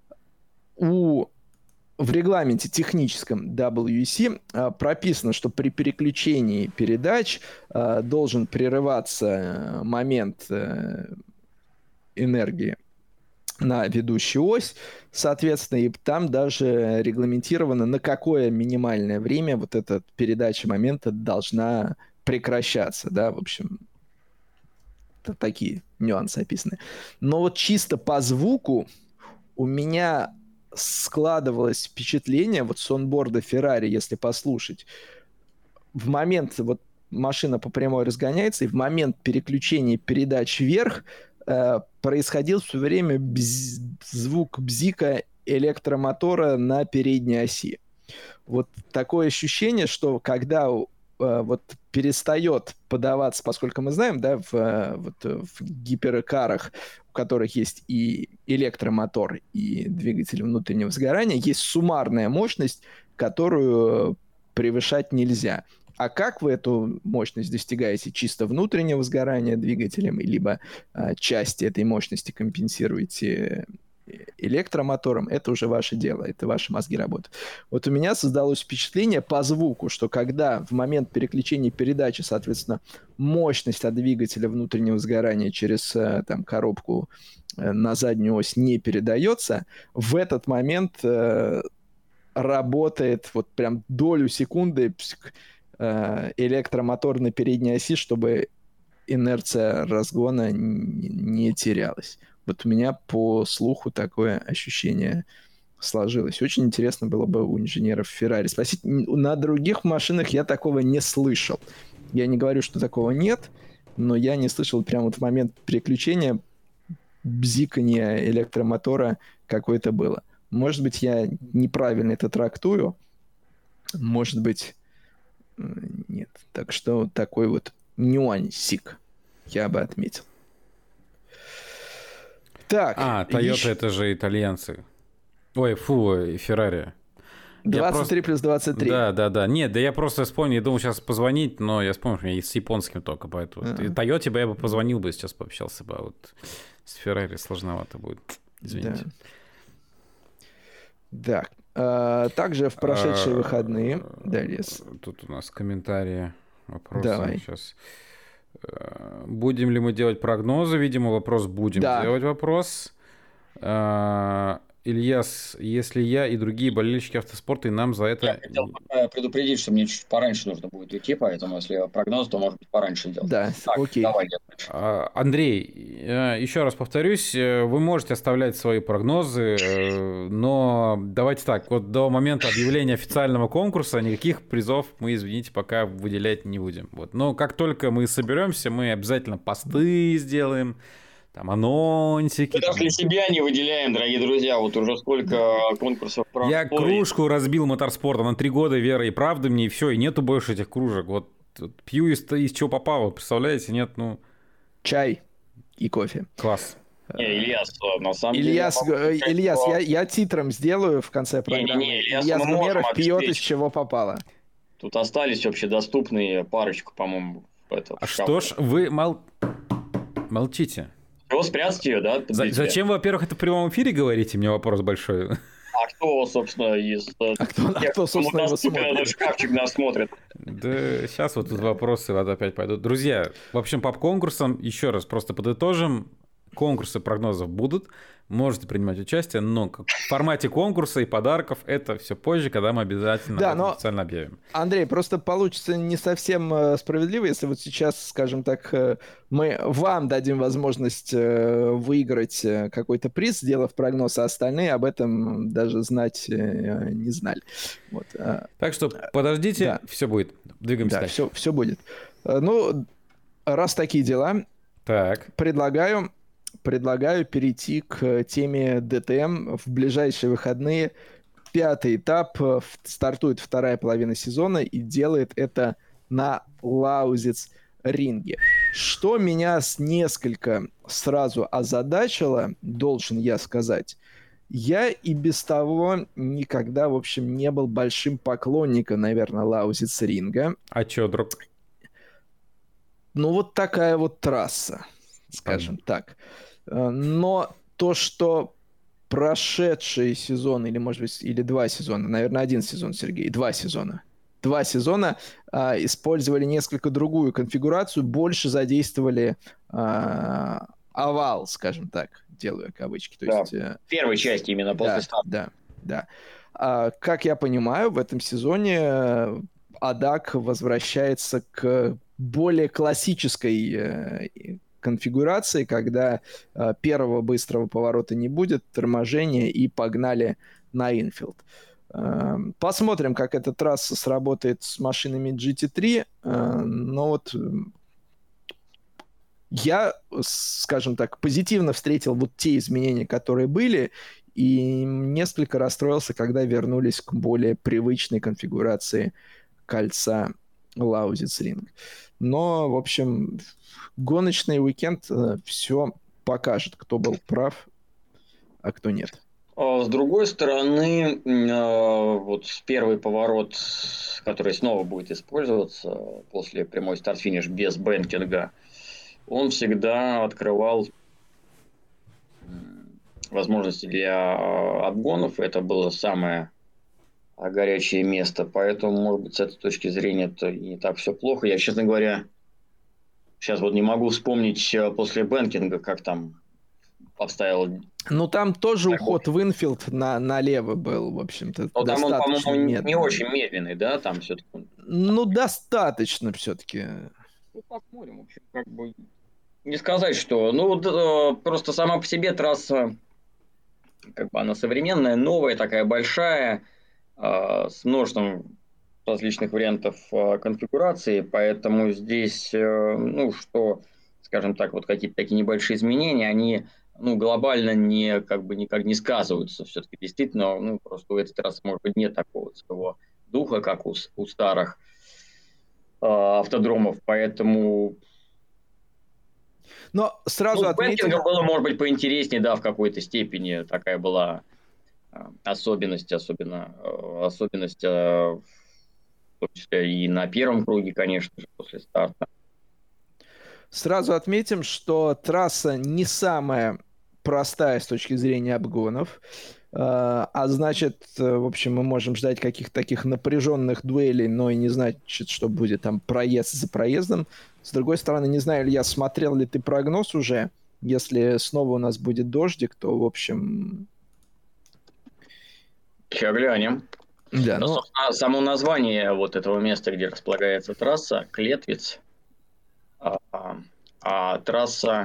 В регламенте техническом WEC прописано, что при переключении передач должен прерываться момент энергии на ведущую ось, соответственно, и там даже регламентировано, на какое минимальное время вот эта передача момента должна прекращаться, да, в общем, такие нюансы описаны. Но вот чисто по звуку у меня складывалось впечатление вот с онборда Ferrari, если послушать, в момент вот машина по прямой разгоняется, и в момент переключения передач вверх происходил все время звук бзика электромотора на передней оси. Вот такое ощущение, что когда вот перестает подаваться, поскольку мы знаем, да, в гиперкарах, у которых есть и электромотор, и двигатель внутреннего сгорания, есть суммарная мощность, которую превышать нельзя. А как вы эту мощность достигаете? Чисто внутреннего сгорания двигателем, либо части этой мощности компенсируете электромотором, это уже ваше дело, это ваши мозги работают. Вот у меня создалось впечатление по звуку, что когда в момент переключения передачи, соответственно, мощность от двигателя внутреннего сгорания через там, коробку на заднюю ось не передается, в этот момент работает вот прям долю секунды электромотор на передней оси, чтобы инерция разгона не терялась. Вот у меня по слуху такое ощущение сложилось. Очень интересно было бы у инженеров Ferrari спросить. На других машинах я такого не слышал. Я не говорю, что такого нет, но я не слышал прямо вот в момент переключения бзиканье электромотора какое-то было. Может быть, я неправильно это трактую. Может быть, нет. Так что такой вот нюансик я бы отметил. Так. Toyota это же итальянцы. Ой, Ferrari. 23 плюс 23. Да. Нет, да я просто вспомнил, я думал сейчас позвонить, но я вспомнил, что я с японским только, поэтому Toyota бы я бы позвонил бы, сейчас пообщался бы, а вот с Ferrari сложновато будет. Извините. Да. Также в прошедшие выходные... Тут у нас комментарии, вопросы. Давай. Сейчас. Будем ли мы делать прогнозы? Видимо, вопрос будем делать вопрос. Ильяс, если я и другие болельщики автоспорта, и нам за это... Я хотел предупредить, что мне чуть пораньше нужно будет уйти, поэтому если прогноз, то, может быть, пораньше делать. Да, так, окей. Давай, Андрей, еще раз повторюсь, вы можете оставлять свои прогнозы, но давайте так, вот до момента объявления официального конкурса никаких призов мы, извините, пока выделять не будем. Вот. Но как только мы соберемся, мы обязательно посты сделаем, там анонсики. Мы даже для себя не выделяем, дорогие друзья. Вот уже сколько конкурсов прошло. Я кружку разбил моторспорта на 3 года верой и правды мне, и все, и нету больше этих кружек. Вот пью из чего попало, представляете? Нет, ну... Чай. и кофе. Класс. Не, Ильяс, на самом Ильяс, деле... Ильяс, я титром сделаю в конце программы. Ильяс Гумеров пьет, из чего попало. Тут остались общедоступные парочку, по-моему, А что ж вы молчите? Чего спрятать ее, да? Зачем вы, во-первых, это в прямом эфире говорите? У меня вопрос большой. А кто, собственно, из кто, собственно, его смотрит? Этот шкафчик нас смотрит. Да, сейчас вот тут вопросы вот опять пойдут. Друзья, в общем, по конкурсам, еще раз просто подытожим. Конкурсы прогнозов будут, можете принимать участие, но в формате конкурса и подарков это все позже, когда мы обязательно официально объявим. Андрей, просто получится не совсем справедливо, если вот сейчас, скажем так, мы вам дадим возможность выиграть какой-то приз, сделав прогноз, а остальные об этом даже знать не знали. Вот. Так что подождите, все будет. Двигаемся дальше. Все будет. Ну, раз такие дела, предлагаю перейти к теме ДТМ. В ближайшие выходные 5-й этап, стартует вторая половина сезона и делает это на Лаузиц-ринге. Что меня несколько сразу озадачило, должен я сказать, я и без того никогда, в общем, не был большим поклонником, наверное, Лаузиц-ринга. А чё, друг? Ну, вот такая вот трасса, скажем так. Но то, что прошедший сезон, или, может быть, или 2 сезона, наверное, 1 сезон, Сергей, 2 сезона. 2 сезона использовали несколько другую конфигурацию, больше задействовали овал, скажем так, делаю кавычки. То есть, в первой части именно после старта. Да. Как я понимаю, в этом сезоне Адак возвращается к более классической конфигурации, когда первого быстрого поворота не будет, торможения и погнали на инфилд. Посмотрим, как эта трасса сработает с машинами GT3, но вот я, скажем так, позитивно встретил вот те изменения, которые были, и несколько расстроился, когда вернулись к более привычной конфигурации кольца Лаузиц-ринг. Но, в общем, гоночный уикенд все покажет, кто был прав, а кто нет. С другой стороны, вот первый поворот, который снова будет использоваться после прямой старт-финиш без бэнкинга, он всегда открывал возможности для обгонов. Это было самое горячее место. Поэтому, может быть, с этой точки зрения это и не так все плохо. Я, честно говоря, сейчас вот не могу вспомнить после бэнкинга, как там обставил. Ну, там тоже уход в инфилд налево был, в общем-то. Но там он, по-моему, не очень медленный, да? Там все-таки. Ну, достаточно все-таки. Ну, посмотрим. В общем, как бы не сказать, что... Ну, просто сама по себе трасса, как бы она современная, новая, такая большая, с множеством различных вариантов конфигурации, поэтому здесь, ну, что, скажем так, вот какие-то такие небольшие изменения, они, ну, глобально никак не сказываются. Все-таки действительно, ну, просто у этой трассы, может быть, нет такого своего духа, как у старых автодромов, поэтому... Но сразу отметим... Бэнкингом было, может быть, поинтереснее, да, в какой-то степени такая была особенность, в том числе и на первом круге, конечно же, после старта. Сразу отметим, что трасса не самая простая с точки зрения обгонов, а значит, в общем, мы можем ждать каких-то таких напряженных дуэлей, но и не значит, что будет там проезд за проездом. С другой стороны, не знаю, Илья, смотрел ли ты прогноз уже? Если снова у нас будет дождик, то, в общем... Сейчас глянем. Да, но... Само название вот этого места, где располагается трасса, Клетвиц, а трасса,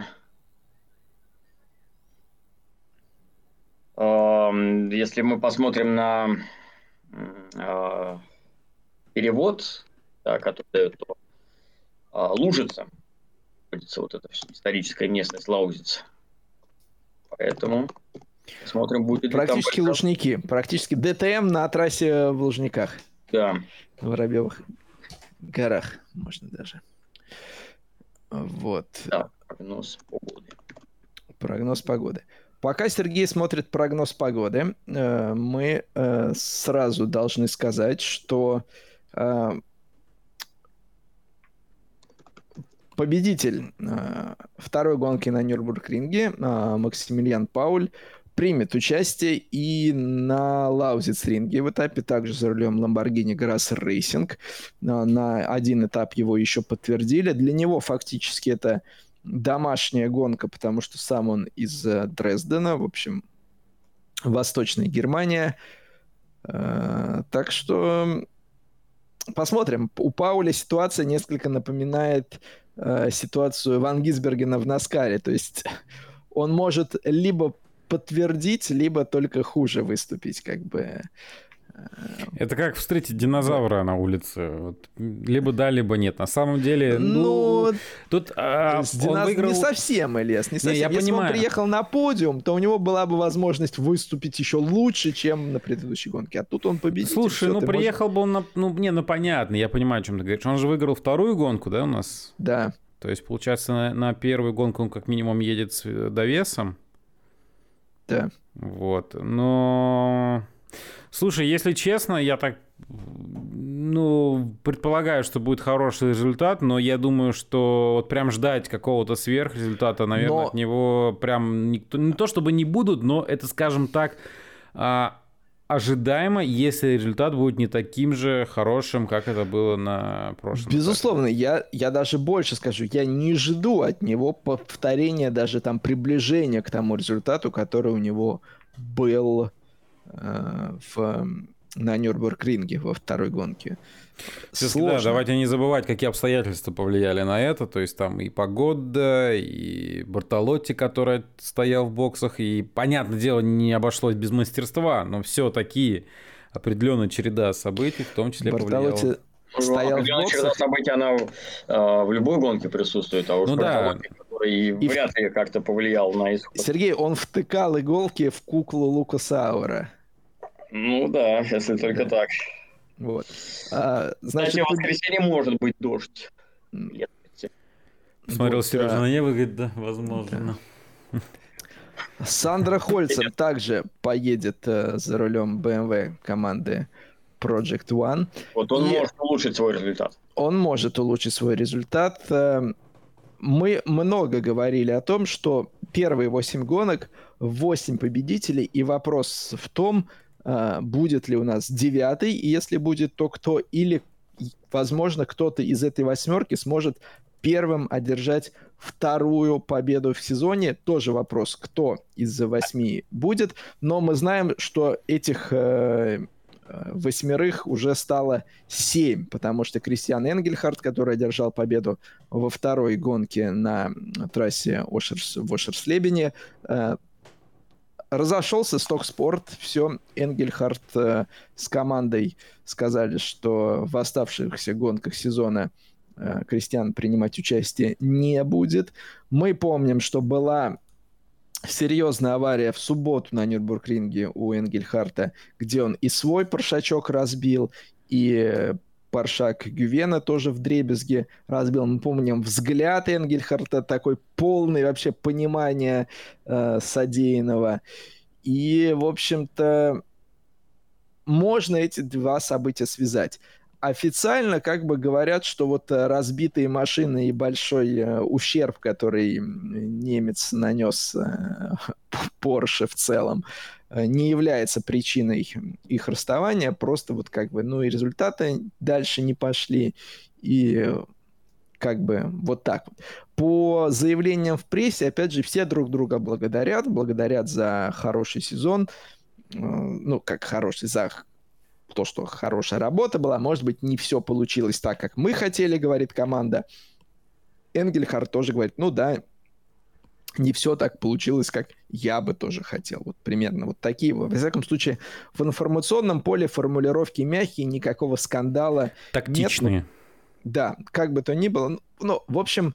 если мы посмотрим на перевод, да, который дает, то Лужица, находится вот эта историческая местность Лаузиц. Поэтому смотрим, будет практически ли там... Лужники, практически ДТМ на трассе в Лужниках. Да. В Воробьевых горах, можно даже. Вот. Да, прогноз погоды. Прогноз погоды. Пока Сергей смотрит прогноз погоды, мы сразу должны сказать, что победитель второй гонки на Нюрбургринге Максимилиан Пауль примет участие и на Лаузиц-ринге в этапе, также за рулем Lamborghini Grasser Racing. На один этап его еще подтвердили. Для него фактически это домашняя гонка, потому что сам он из Дрездена, в общем, Восточная Германия. Так что посмотрим. У Пауля ситуация несколько напоминает ситуацию Ван Гисбергена в Наскаре. То есть он может либо подтвердить, либо только хуже выступить, как бы. Это как встретить динозавра на улице. Вот, либо да, либо нет. На самом деле, тут он выиграл... Не совсем, Ильяс, не совсем. Не, я Если понимаю. он приехал на подиум, то у него была бы возможность выступить еще лучше, чем на предыдущей гонке. А тут он победитель. Слушай, приехал бы он на... понятно, я понимаю, о чем ты говоришь. Он же выиграл вторую гонку, да, у нас? Да. То есть, получается, на первую гонку он как минимум едет с довесом. Да. Вот, но... Слушай, если честно, я так, предполагаю, что будет хороший результат, но я думаю, что вот прям ждать какого-то сверхрезультата, наверное, от него прям никто... Не то чтобы не будут, но это, скажем так, ожидаемо, если результат будет не таким же хорошим, как это было на прошлом. Безусловно, я даже больше скажу, я не жду от него повторения, даже там приближения к тому результату, который у него был на Нюрбургринге во второй гонке. Да, давайте не забывать, какие обстоятельства повлияли на это. То есть там и погода, и Бартолотти, который стоял в боксах, и, понятное дело, не обошлось без мастерства, но все-таки определенная череда событий, в том числе повлияла. Стоял череда событий, она в любой гонке присутствует, а уж Бартолотти, который вряд ли как-то повлиял на исход. Сергей, он втыкал иголки в куклу Лука Сауэра. Ну да, если только так. Вот. Значит, в воскресенье может быть дождь. Смотрел Сережа на небо, говорит, да, возможно. Да. Сандра Хольцер также поедет за рулем BMW команды Project One. Вот он может улучшить свой результат. Он может улучшить свой результат. Мы много говорили о том, что первые 8 гонок, 8 победителей, и вопрос в том, будет ли у нас 9-й, и если будет, то кто, или, возможно, кто-то из этой 8-ки сможет первым одержать вторую победу в сезоне. Тоже вопрос, кто из 8 будет, но мы знаем, что этих 8 уже стало 7, потому что Кристиан Энгельхарт, который одержал победу во второй гонке на трассе в Ошерслебене, разошелся с Токспорт, все, Энгельхарт с командой сказали, что в оставшихся гонках сезона Кристиан принимать участие не будет. Мы помним, что была серьезная авария в субботу на Нюрбургринге у Энгельхарта, где он и свой поршачок разбил, и поршак Гювена тоже вдребезги разбил. Мы помним взгляд Энгельхарта, такой полный вообще понимания содеянного. И, в общем-то, можно эти два события связать. Официально как бы говорят, что вот разбитые машины и большой ущерб, который немец нанес Porsche в целом, не является причиной их расставания, просто вот как бы, и результаты дальше не пошли, и как бы вот так вот. По заявлениям в прессе, опять же, все друг друга благодарят за хороший сезон, как хороший, за то, что хорошая работа была, может быть, не все получилось так, как мы хотели, говорит команда. Энгельхарт тоже говорит, не все так получилось, как я бы тоже хотел. Вот примерно вот такие. Во всяком случае, в информационном поле формулировки мягкие, никакого скандала тактичные. Нет. Да, как бы то ни было. В общем,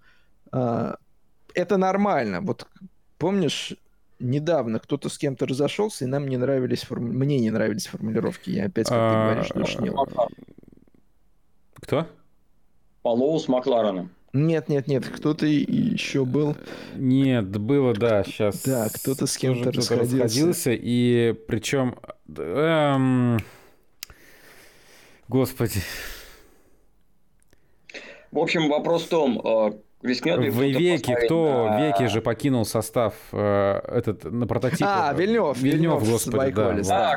это нормально. Вот помнишь, недавно кто-то с кем-то разошелся, и нам не нравились мне не нравились формулировки. Я опять, как ты говоришь, душнил. Кто? Палоу с Маклареном. Нет, кто-то еще был. Нет, было, да, сейчас. Да, кто-то с кем-то кто-то расходился. И причем... Господи. В общем, вопрос в том, рискнет ли В Веке, Веке же покинул состав на прототипах. Вильнёв, господи, да. Ах,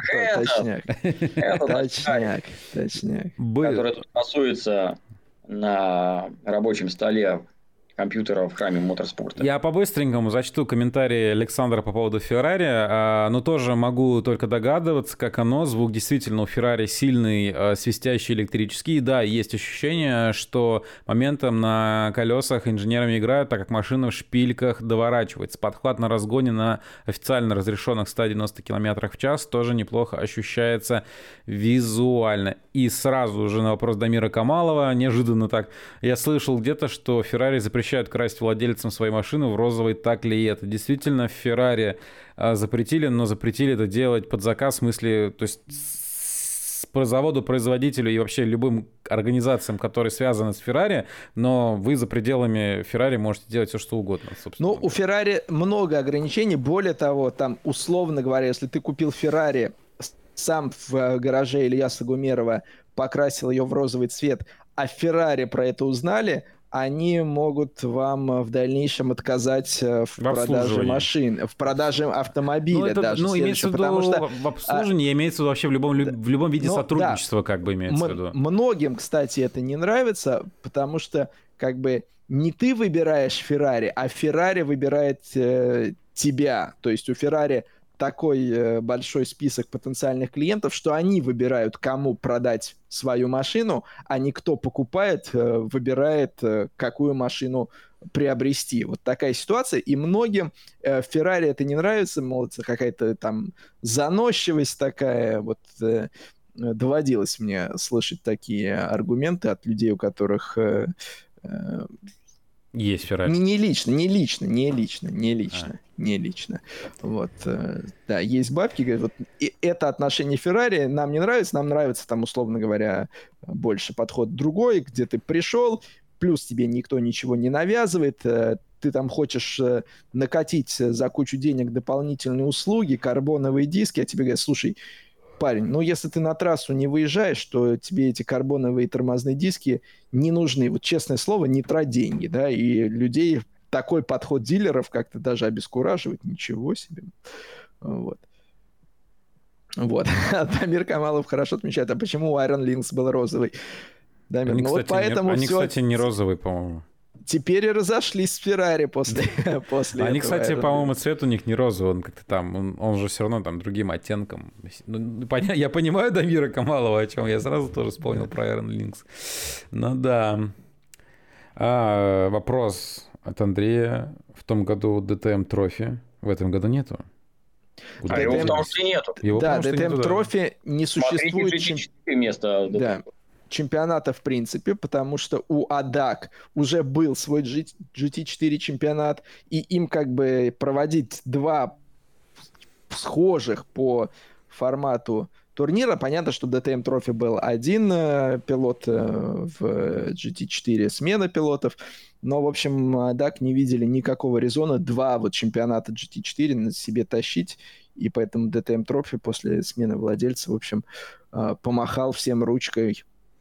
Точняк. Который тут тусуется на рабочем столе компьютера в храме моторспорта. Я по-быстренькому зачту комментарии Александра по поводу Феррари, но тоже могу только догадываться, как оно. Звук действительно у Феррари сильный, свистящий, электрический. Да, есть ощущение, что моментом на колесах инженерами играют, так как машина в шпильках доворачивается. Подхват на разгоне на официально разрешенных 190 км в час тоже неплохо ощущается визуально. И сразу же на вопрос Дамира Камалова, неожиданно так, я слышал где-то, что Феррари запрещают красить владельцам своей машины в розовый, так ли это? Действительно, в Феррари запретили, но запретили это делать под заказ, в смысле, то есть по заводу-производителю и вообще любым организациям, которые связаны с Феррари, но вы за пределами Феррари можете делать все, что угодно, собственно. Ну, у Феррари много ограничений, более того, там, условно говоря, если ты купил Феррари сам в гараже Ильяса Гумерова, покрасил ее в розовый цвет, а Феррари про это узнали, они могут вам в дальнейшем отказать в продаже машин, в продаже автомобиля даже. Ну, имеется в виду потому что, в обслуживании, имеется в виду вообще в любом виде сотрудничества, как бы имеется в виду. Многим, кстати, это не нравится, потому что как бы не ты выбираешь Феррари, а Феррари выбирает тебя. То есть у Феррари такой большой список потенциальных клиентов, что они выбирают, кому продать свою машину, а не кто покупает, выбирает, какую машину приобрести. Вот такая ситуация. И многим Феррари это не нравится, мол, это какая-то там заносчивость такая. Вот доводилось мне слышать такие аргументы от людей, у которых... Есть Феррари. Не лично. Вот, да, есть бабки, говорят, вот это отношение Феррари нам не нравится, нам нравится там, условно говоря, больше подход другой, где ты пришел, плюс тебе никто ничего не навязывает, ты там хочешь накатить за кучу денег дополнительные услуги, карбоновые диски, а тебе говорят, слушай, парень, ну если ты на трассу не выезжаешь, то тебе эти карбоновые тормозные диски не нужны. Вот честное слово, не трать деньги, да, и людей такой подход дилеров как-то даже обескураживает. Ничего себе. Вот. Дамир Камалов хорошо отмечает, а почему у Iron Lynx был розовый? Дамир, они, ну кстати, вот поэтому они, кстати, не розовый, по-моему. Теперь и разошлись с Феррари после Они, этого. Кстати, по-моему, цвет у них не розовый, он как-то там, он же все равно там другим оттенком. Ну, я понимаю Дамира Камалова, о чем я сразу тоже вспомнил про Iron Lynx. Ну да. Вопрос от Андрея. В том году DTM Trophy, в этом году нету. Его потому что нету. Да, DTM Trophy не существует. Смотрите, место. Да. Чемпионата в принципе, потому что у ADAC уже был свой GT4 чемпионат, и им как бы проводить два схожих по формату турнира. Понятно, что DTM Trophy был один пилот в GT4, смена пилотов, но, в общем, ADAC не видели никакого резона два вот чемпионата GT4 на себе тащить, и поэтому DTM Trophy после смены владельца, в общем, помахал всем ручкой.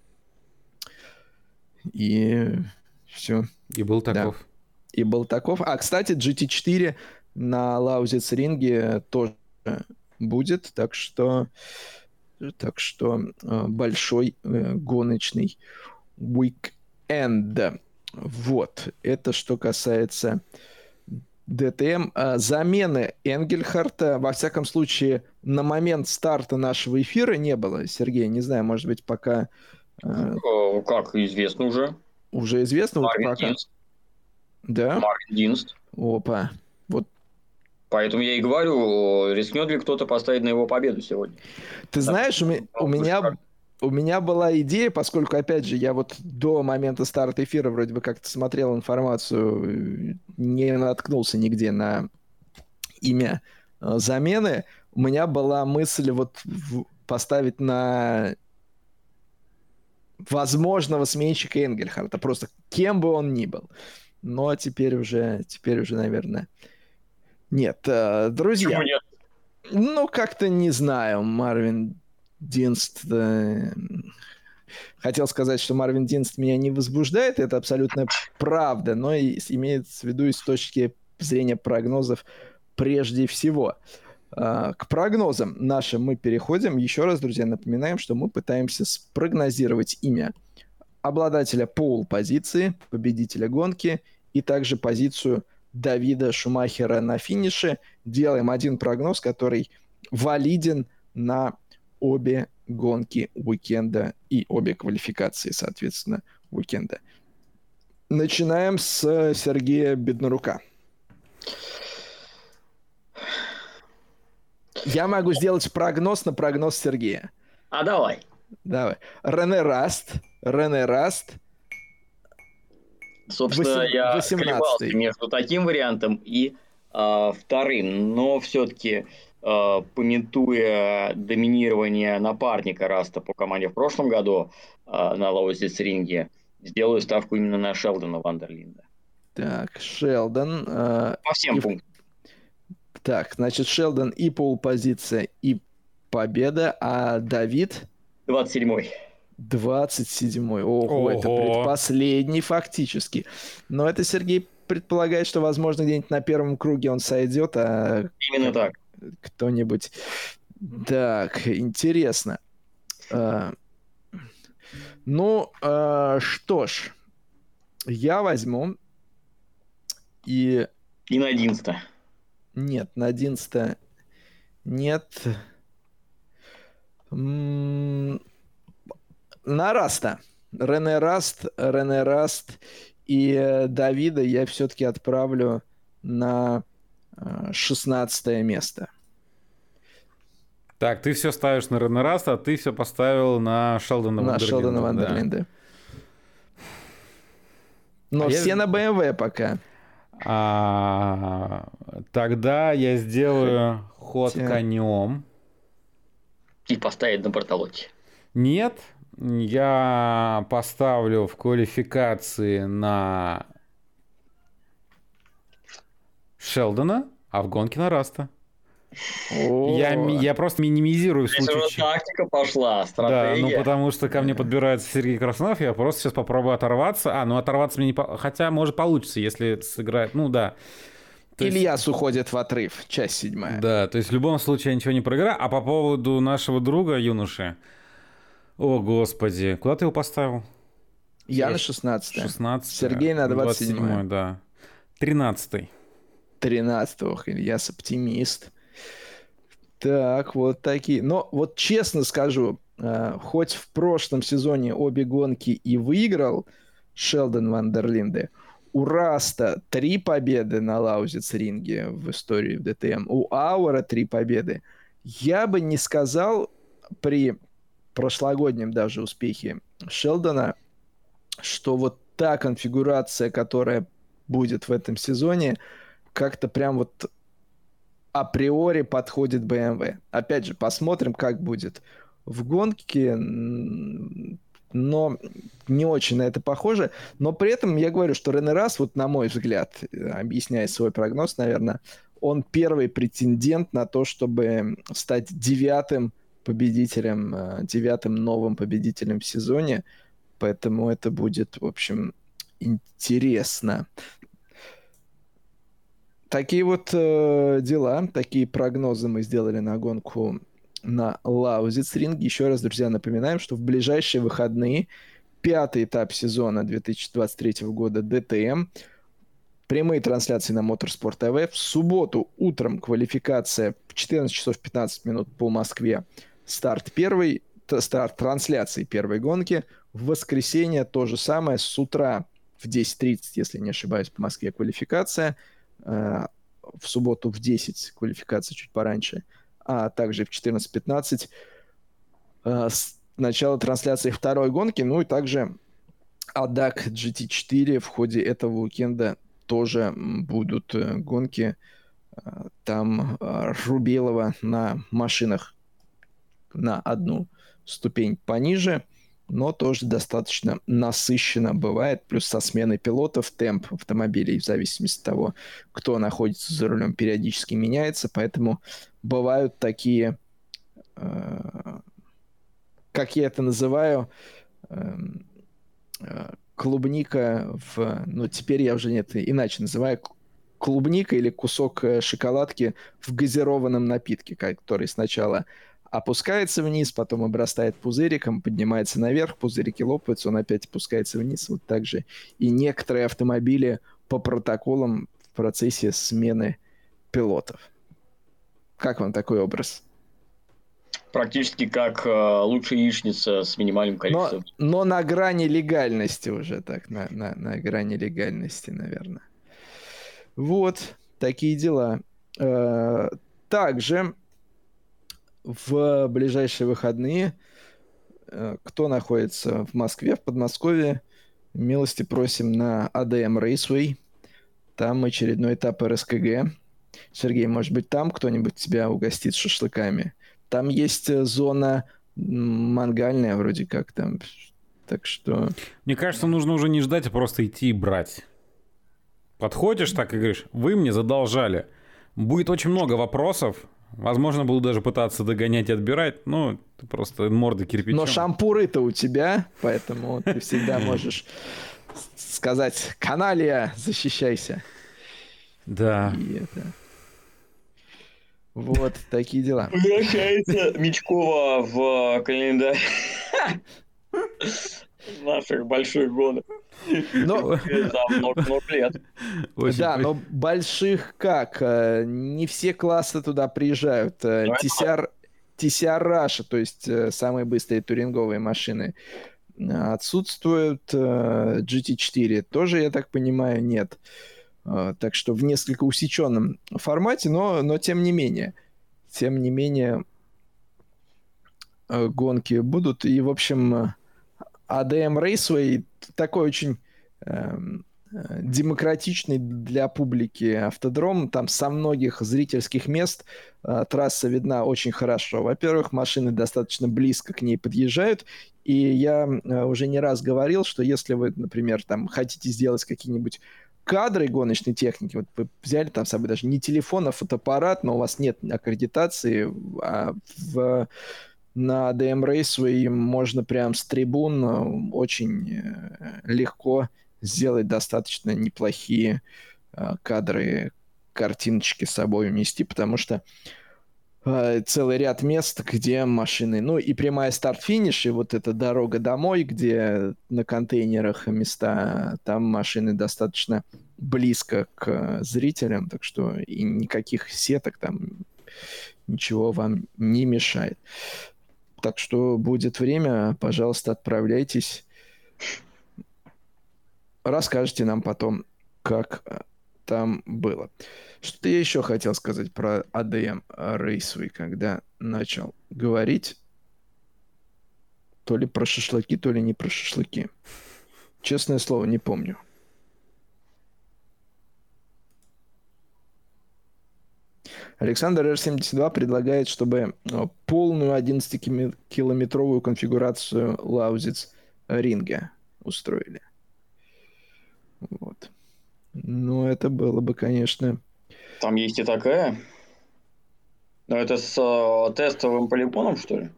И все. И был таков. Да. И был таков. А, кстати, GT4 на Лаузиц ринге тоже будет, так что большой гоночный уикенд. Вот. Это что касается DTM. Замены Энгельхарта, во всяком случае, на момент старта нашего эфира не было. Сергей, не знаю, может быть, пока... Как известно уже. Уже известно? Марвин вот Динст. Да? Марвин Динст. Опа. Вот. Поэтому я и говорю, рискнет ли кто-то поставить на его победу сегодня. Ты знаешь, у меня была идея, поскольку, опять же, я вот до момента старта эфира вроде бы как-то смотрел информацию, не наткнулся нигде на имя замены. У меня была мысль вот поставить на возможного сменщика Энгельхарта, просто кем бы он ни был. Но теперь уже, наверное, нет. Друзья, Почему нет? ну, как-то не знаю, Марвин Динст... Хотел сказать, что Марвин Динст меня не возбуждает, это абсолютно правда, но имеется в виду и с точки зрения прогнозов прежде всего. К прогнозам нашим мы переходим. Еще раз, друзья, напоминаем, что мы пытаемся спрогнозировать имя обладателя пол-позиции, победителя гонки, и также позицию Давида Шумахера на финише. Делаем один прогноз, который валиден на обе гонки уикенда и обе квалификации, соответственно, уикенда. Начинаем с Сергея Беднорука. Я могу сделать прогноз на прогноз Сергея. Давай. Рене Раст. Собственно, я колебался между таким вариантом и вторым, но все-таки, памятуя доминирование напарника Раста по команде в прошлом году на Лаузиц-ринге, сделаю ставку именно на Шелдона Вандерлинда. Так, Шелдон. По всем пунктам. Так, значит, Шелдон и полпозиция, и победа, а Давид? 27-й. 27-й. Ого, это предпоследний фактически. Но это Сергей предполагает, что, возможно, где-нибудь на первом круге он сойдет, а... Именно так. Кто-нибудь... Так, интересно. Ну, что ж. Я возьму и... И на 11-то. Нет, на 11-то нет. На Раста. Рене Раст и Давида я все-таки отправлю на 16 место. Так, ты все ставишь на Рене Раста, а ты все поставил на Шелдона Вандерлинда. На Шелдона Вандерлинда. Да. Но все на BMW пока. Тогда я сделаю ход конем. И поставить на Бартолотти. Нет, я поставлю в квалификации на Шелдона, а в гонке на Раста. Я просто минимизирую случай. Тактика пошла, стратегия. Да, ну потому что ко мне подбирается Сергей Краснов, я просто сейчас попробую оторваться. Ну оторваться мне не... Хотя, может, получится, если сыграет... Ну да. Ильяс уходит в отрыв, часть 7. Да, то есть в любом случае я ничего не проиграю. А по поводу нашего друга, юноши... О, господи, куда ты его поставил? Я на 16. 16. Сергей на 27. Да. 13. 13. Ох, Ильяс оптимист. Так, вот такие. Но вот честно скажу, хоть в прошлом сезоне обе гонки и выиграл Шелдон Вандерлинде, у Раста 3 победы на Лаузиц-ринге в истории в ДТМ, у Ауэра 3 победы. Я бы не сказал при прошлогоднем даже успехе Шелдона, что вот та конфигурация, которая будет в этом сезоне, как-то прям вот априори подходит BMW. Опять же, посмотрим, как будет в гонке, но не очень на это похоже. Но при этом я говорю, что Рене Раст, вот на мой взгляд, объясняя свой прогноз, наверное, он первый претендент на то, чтобы стать 9-м победителем, 9-м новым победителем в сезоне. Поэтому это будет, в общем, интересно. Такие вот дела, такие прогнозы мы сделали на гонку на Лаузиц-ринге. Еще раз, друзья, напоминаем, что в ближайшие выходные 5-й этап сезона 2023 года ДТМ. Прямые трансляции на Motorsport TV. В субботу утром квалификация в 14 часов 15 минут по Москве. Старт трансляции первой гонки. В воскресенье то же самое. С утра в 10:30, если не ошибаюсь, по Москве квалификация. В субботу в 10 квалификация чуть пораньше, а также в 14:15 начало трансляции второй гонки, ну и также ADAC GT4 в ходе этого уикенда тоже будут гонки. Там Рубелова на машинах на одну ступень пониже. но тоже достаточно насыщенно бывает. Плюс со сменой пилотов темп автомобилей в зависимости от того, кто находится за рулем, периодически меняется. Поэтому бывают такие, как я это называю, клубника ну, теперь я уже нет, иначе называю клубника или кусок шоколадки в газированном напитке, который сначала опускается вниз, потом обрастает пузыриком, поднимается наверх, пузырики лопаются, он опять опускается вниз, вот так же. И некоторые автомобили по протоколам в процессе смены пилотов. Как вам такой образ? Практически как лучшая яичница с минимальным количеством. Но на грани легальности уже так, на грани легальности, наверное. Вот, такие дела. Также в ближайшие выходные, кто находится в Москве, в Подмосковье, милости просим на ADM Raceway. Там очередной этап РСКГ. Сергей, может быть, там кто-нибудь тебя угостит шашлыками? Там есть зона мангальная вроде как там. Так что... Мне кажется, нужно уже не ждать, а просто идти и брать. Подходишь так и говоришь, вы мне задолжали. Будет очень много вопросов. Возможно, буду даже пытаться догонять и отбирать. Ну, ты просто морда кирпичом. Но шампуры-то у тебя, поэтому ты всегда можешь сказать: «Каналья, защищайся». Да. И это... Вот такие дела. Возвращается Мечкова в календарь наших больших гонок. Но... За много лет. Да, но больших как? Не все классы туда приезжают. TCR Russia, то есть самые быстрые туринговые машины, отсутствуют. GT4 тоже, я так понимаю, нет. Так что в несколько усеченном формате, но тем не менее, гонки будут. И, в общем, ADM Raceway такой очень демократичный для публики автодром. Там со многих зрительских мест трасса видна очень хорошо. Во-первых, машины достаточно близко к ней подъезжают. И я уже не раз говорил, что если вы, например, там хотите сделать какие-нибудь кадры гоночной техники, вот вы взяли там с собой даже не телефон, а фотоаппарат, но у вас нет аккредитации, на ADM Raceway можно прям с трибун очень легко сделать достаточно неплохие кадры, картиночки с собой унести, потому что целый ряд мест, где машины, ну и прямая старт-финиш, и вот эта дорога домой, где на контейнерах места, там машины достаточно близко к зрителям, так что и никаких сеток там, ничего вам не мешает. Так что будет время, пожалуйста, отправляйтесь. Расскажите нам потом, как там было. Что я еще хотел сказать про ADM Raceway, когда начал говорить то ли про шашлыки, то ли не про шашлыки. Честное слово, не помню. Александр R72 предлагает, чтобы полную 11-километровую конфигурацию Lausitz ринга устроили. Вот. Ну, это было бы, конечно... Там есть и такая. Но это с тестовым полигоном, что ли?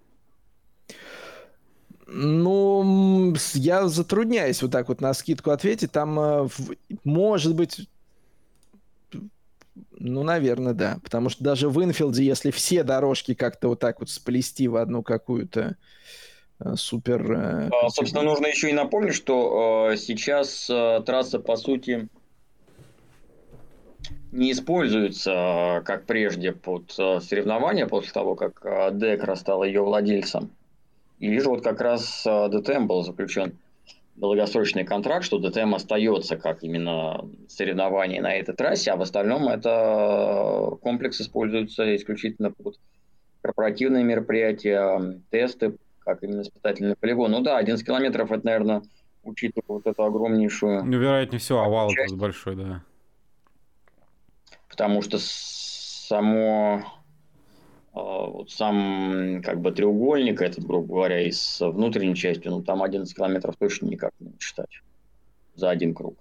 Ну, я затрудняюсь вот так вот на скидку ответить. Там, может быть... Ну, наверное, да. Потому что даже в Инфилде, если все дорожки как-то вот так вот сплести в одну какую-то супер... Собственно, нужно еще и напомнить, что сейчас трасса, по сути, не используется, как прежде, под соревнования после того, как Декра стал ее владельцем. И вижу, вот как раз с ДТМ был заключен долгосрочный контракт, что ДТМ остается как именно соревнование на этой трассе, а в остальном это комплекс используется исключительно под корпоративные мероприятия, тесты, как именно испытательный полигон. Ну да, 11 километров, это, наверное, учитывая вот эту огромнейшую... Ну, вероятнее всего, овал просто большой, да. Потому что само Вот сам как бы треугольник этот, грубо говоря, и с внутренней частью, ну там 11 километров точно никак не считать за один круг.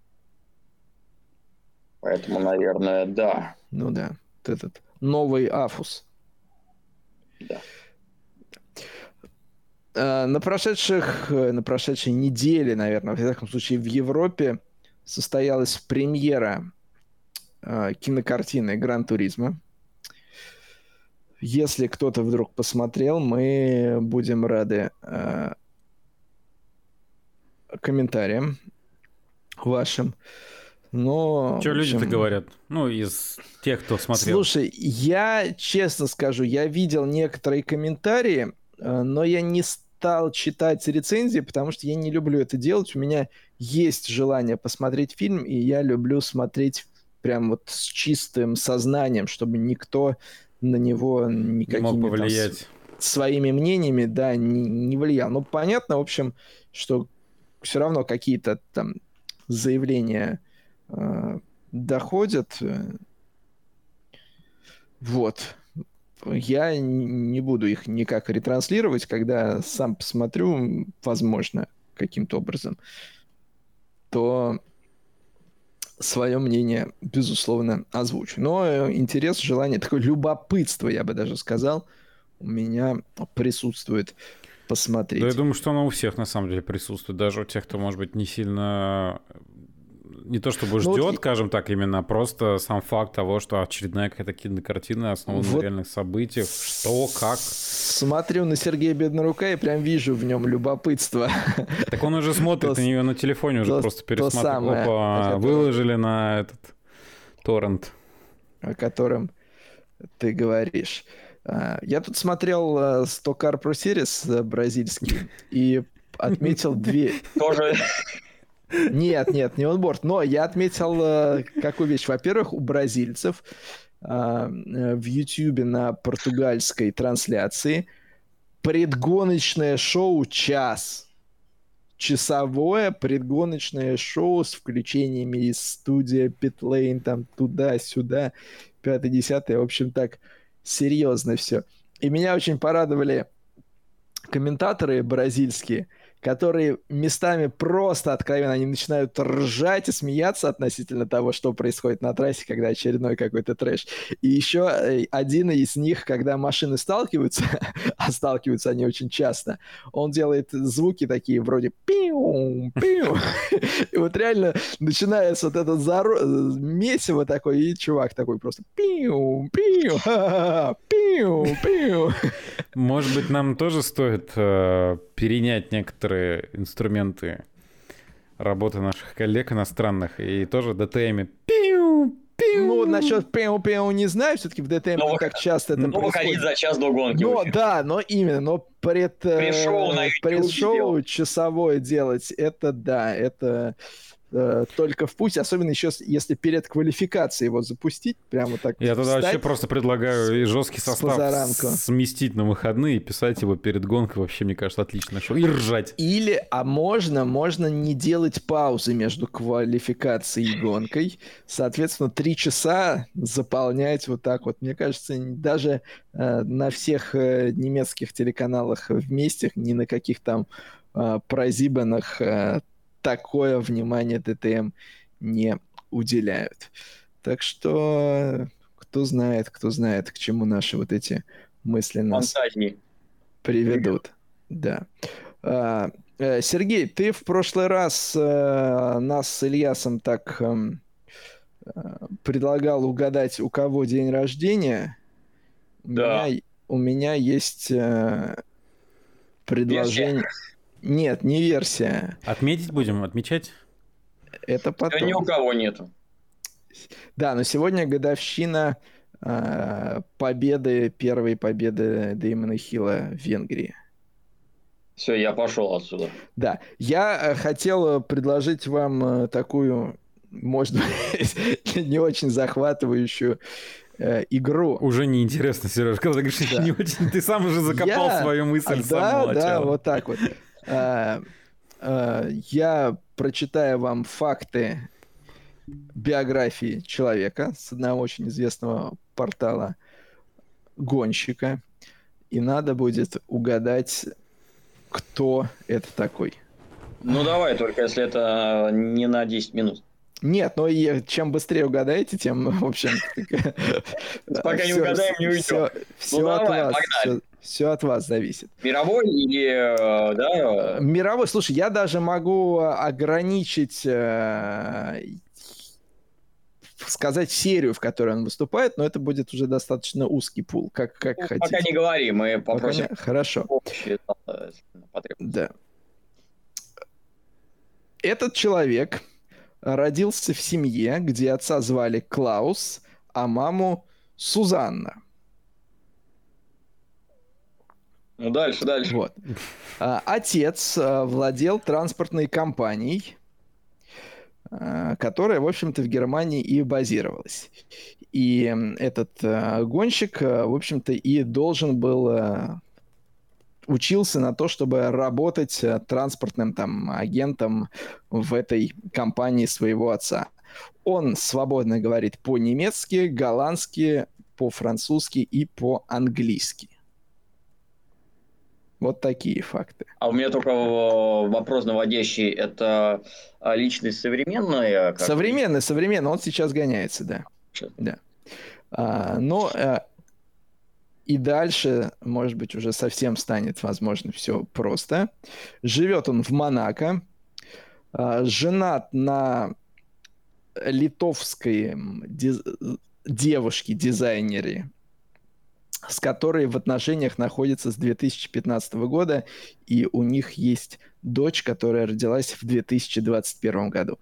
Поэтому, наверное, да. Ну да, вот этот новый Афус. Да. На прошедшей неделе, наверное, во всяком случае, в Европе состоялась премьера кинокартины «Гран Туризмо». Если кто-то вдруг посмотрел, мы будем рады комментариям вашим. Но, что в общем, люди-то говорят? Ну, из тех, кто смотрел. Слушай, я честно скажу, я видел некоторые комментарии, но я не стал читать рецензии, потому что я не люблю это делать. У меня есть желание посмотреть фильм, и я люблю смотреть прям вот с чистым сознанием, чтобы никто на него Не мог никакими повлиять. там своими мнениями, да, не влиял. Ну, понятно, в общем, что все равно какие-то там заявления доходят. Вот. Я не буду их никак ретранслировать, когда сам посмотрю, возможно, каким-то образом, то свое мнение, безусловно, озвучу. Но интерес, желание, такое любопытство, я бы даже сказал, у меня присутствует посмотреть. Да, я думаю, что оно у всех, на самом деле, присутствует. Даже у тех, кто, может быть, не сильно... Не то чтобы ждет, вот скажем так, именно просто сам факт того, что очередная какая-то кинокартина основана на реальных событиях. Что, как? Смотрю на Сергея Беднорука и прям вижу в нем любопытство. Так он уже смотрит на нее на телефоне, уже просто пересматривает. Опа, выложили на этот торрент. О котором ты говоришь. Я тут смотрел Stock Car Pro Series бразильский и отметил две... Тоже... Нет, не онборд, но я отметил какую вещь. Во-первых, у бразильцев в Ютьюбе на португальской трансляции предгоночное шоу «Час». Часовое предгоночное шоу с включениями из студии Питлейн, там туда-сюда, 5-10, в общем, так серьезно все. И меня очень порадовали комментаторы бразильские, которые местами просто откровенно они начинают ржать и смеяться относительно того, что происходит на трассе, когда очередной какой-то трэш. И еще один из них, когда машины сталкиваются, а сталкиваются они очень часто, он делает звуки такие вроде пиу, пиу. И вот реально начинается вот это месиво такое, и чувак такой просто пиу, пиу, пиу, пиу. Может быть, нам тоже стоит перенять некоторые инструменты работы наших коллег иностранных и тоже ДТМ пиу, пиу. Ну, насчет пиу-пиу не знаю, все-таки в ДТМ не так часто это происходит. Выходить за час до гонки. Но, да, но именно, но предшоу часовое делать, это да, это только в путь, особенно еще если перед квалификацией его запустить, прямо так. Я тогда вообще просто предлагаю и жесткий состав сместить на выходные и писать его перед гонкой, вообще, мне кажется, отличное шоу. И ржать. Или, можно не делать паузы между квалификацией и гонкой. Соответственно, 3 часа заполнять вот так вот. Мне кажется, даже на всех немецких телеканалах вместе, ни на каких там прозибанных такое внимание ДТМ не уделяют. Так что кто знает, к чему наши вот эти мысли нас приведут. Да. Сергей, ты в прошлый раз нас с Ильясом так предлагал угадать, у кого день рождения. Да. У меня есть предложение... Нет, не версия. Отметить будем? Отмечать? Это потом. Да ни у кого нету. Да, но сегодня годовщина первой победы Дэймона Хилла в Венгрии. Все, я пошел отсюда. Да, я хотел предложить вам такую, может быть, не очень захватывающую игру. Уже неинтересно, Сереж, когда ты говоришь, не очень, ты сам уже закопал свою мысль с самого начала. Да, вот так вот. Я прочитаю вам факты биографии человека с одного очень известного портала гонщика, и надо будет угадать, кто это такой. Ну, давай, только если это не на 10 минут. Нет, но чем быстрее угадаете, тем, в общем... Пока не угадаем, не уйдем. Все от вас. Все от вас зависит. Мировой или... да? Мировой. Слушай, я даже могу ограничить... сказать серию, в которой он выступает, но это будет уже достаточно узкий пул, как хотите. Пока не говори, мы попросим. Хорошо. Да. Этот человек родился в семье, где отца звали Клаус, а маму Сузанна. Ну, дальше. Вот. Отец владел транспортной компанией, которая, в общем-то, в Германии и базировалась. И этот гонщик, в общем-то, и должен был... учился на то, чтобы работать транспортным там агентом в этой компании своего отца. Он свободно говорит по-немецки, голландски, по-французски и по-английски. Вот такие факты. А у меня только вопрос наводящий. Это личность современная? Современная. Он сейчас гоняется, да. Да. Но и дальше, может быть, уже совсем станет, возможно, все просто. Живет он в Монако. Женат на литовской девушке-дизайнере, с которой в отношениях находится с 2015 года, и у них есть дочь, которая родилась в 2021 году.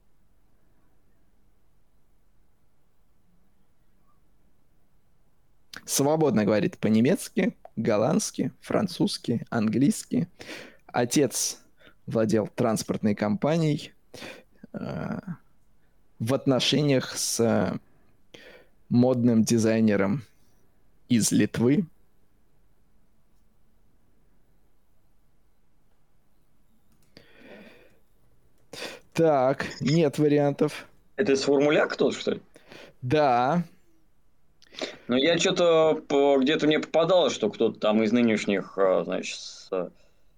Свободно говорит по-немецки, голландски, французски, английски. Отец владел транспортной компанией, в отношениях с модным дизайнером из Литвы. Так, нет вариантов. Это из формуля кто-то, что ли? Да. Ну, я что-то где-то мне попадалось, что кто-то там из нынешних, значит, с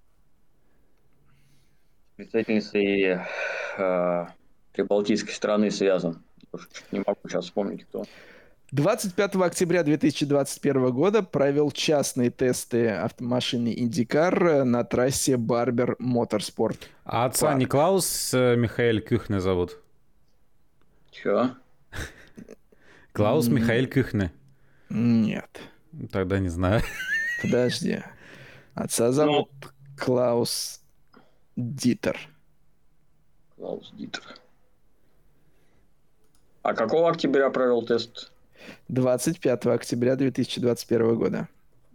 представительницей прибалтийской страны связан. Не могу сейчас вспомнить, кто. 25 октября 2021 года провел частные тесты автомашины IndyCar на трассе Барбер Моторспорт. А отца не Клаус Михаэль Кюхне зовут? Чё? Клаус Михаэль Кюхне. Нет. Тогда не знаю. Подожди. Отца зовут Клаус Дитер. Клаус Дитер. А какого октября провел тест? 25 октября 2021 года.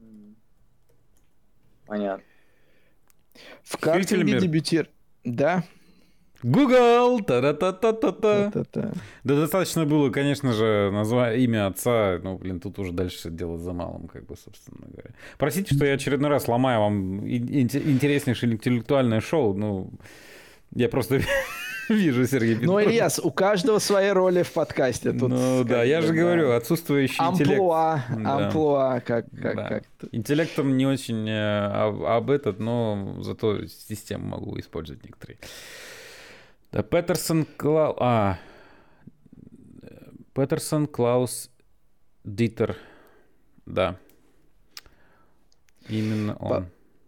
Понятно. В картинге дебютировал... Да. Google! Та-та-та-та-та. Да, достаточно было, конечно же, назвать имя отца. Ну, блин, тут уже дальше делать за малым, как бы, собственно говоря. Простите, что я очередной раз ломаю вам интереснейшее интеллектуальное шоу. Ну, я просто вижу, Сергей Петров. Ну, Ильяс, у каждого свои роли в подкасте. Тут, ну, да, я же говорю, отсутствующий интеллект. Амплуа, как. Интеллектом не очень об этот, но зато систему могу использовать некоторые. Да, Петерсон Клаус Дитер. Да. Именно он.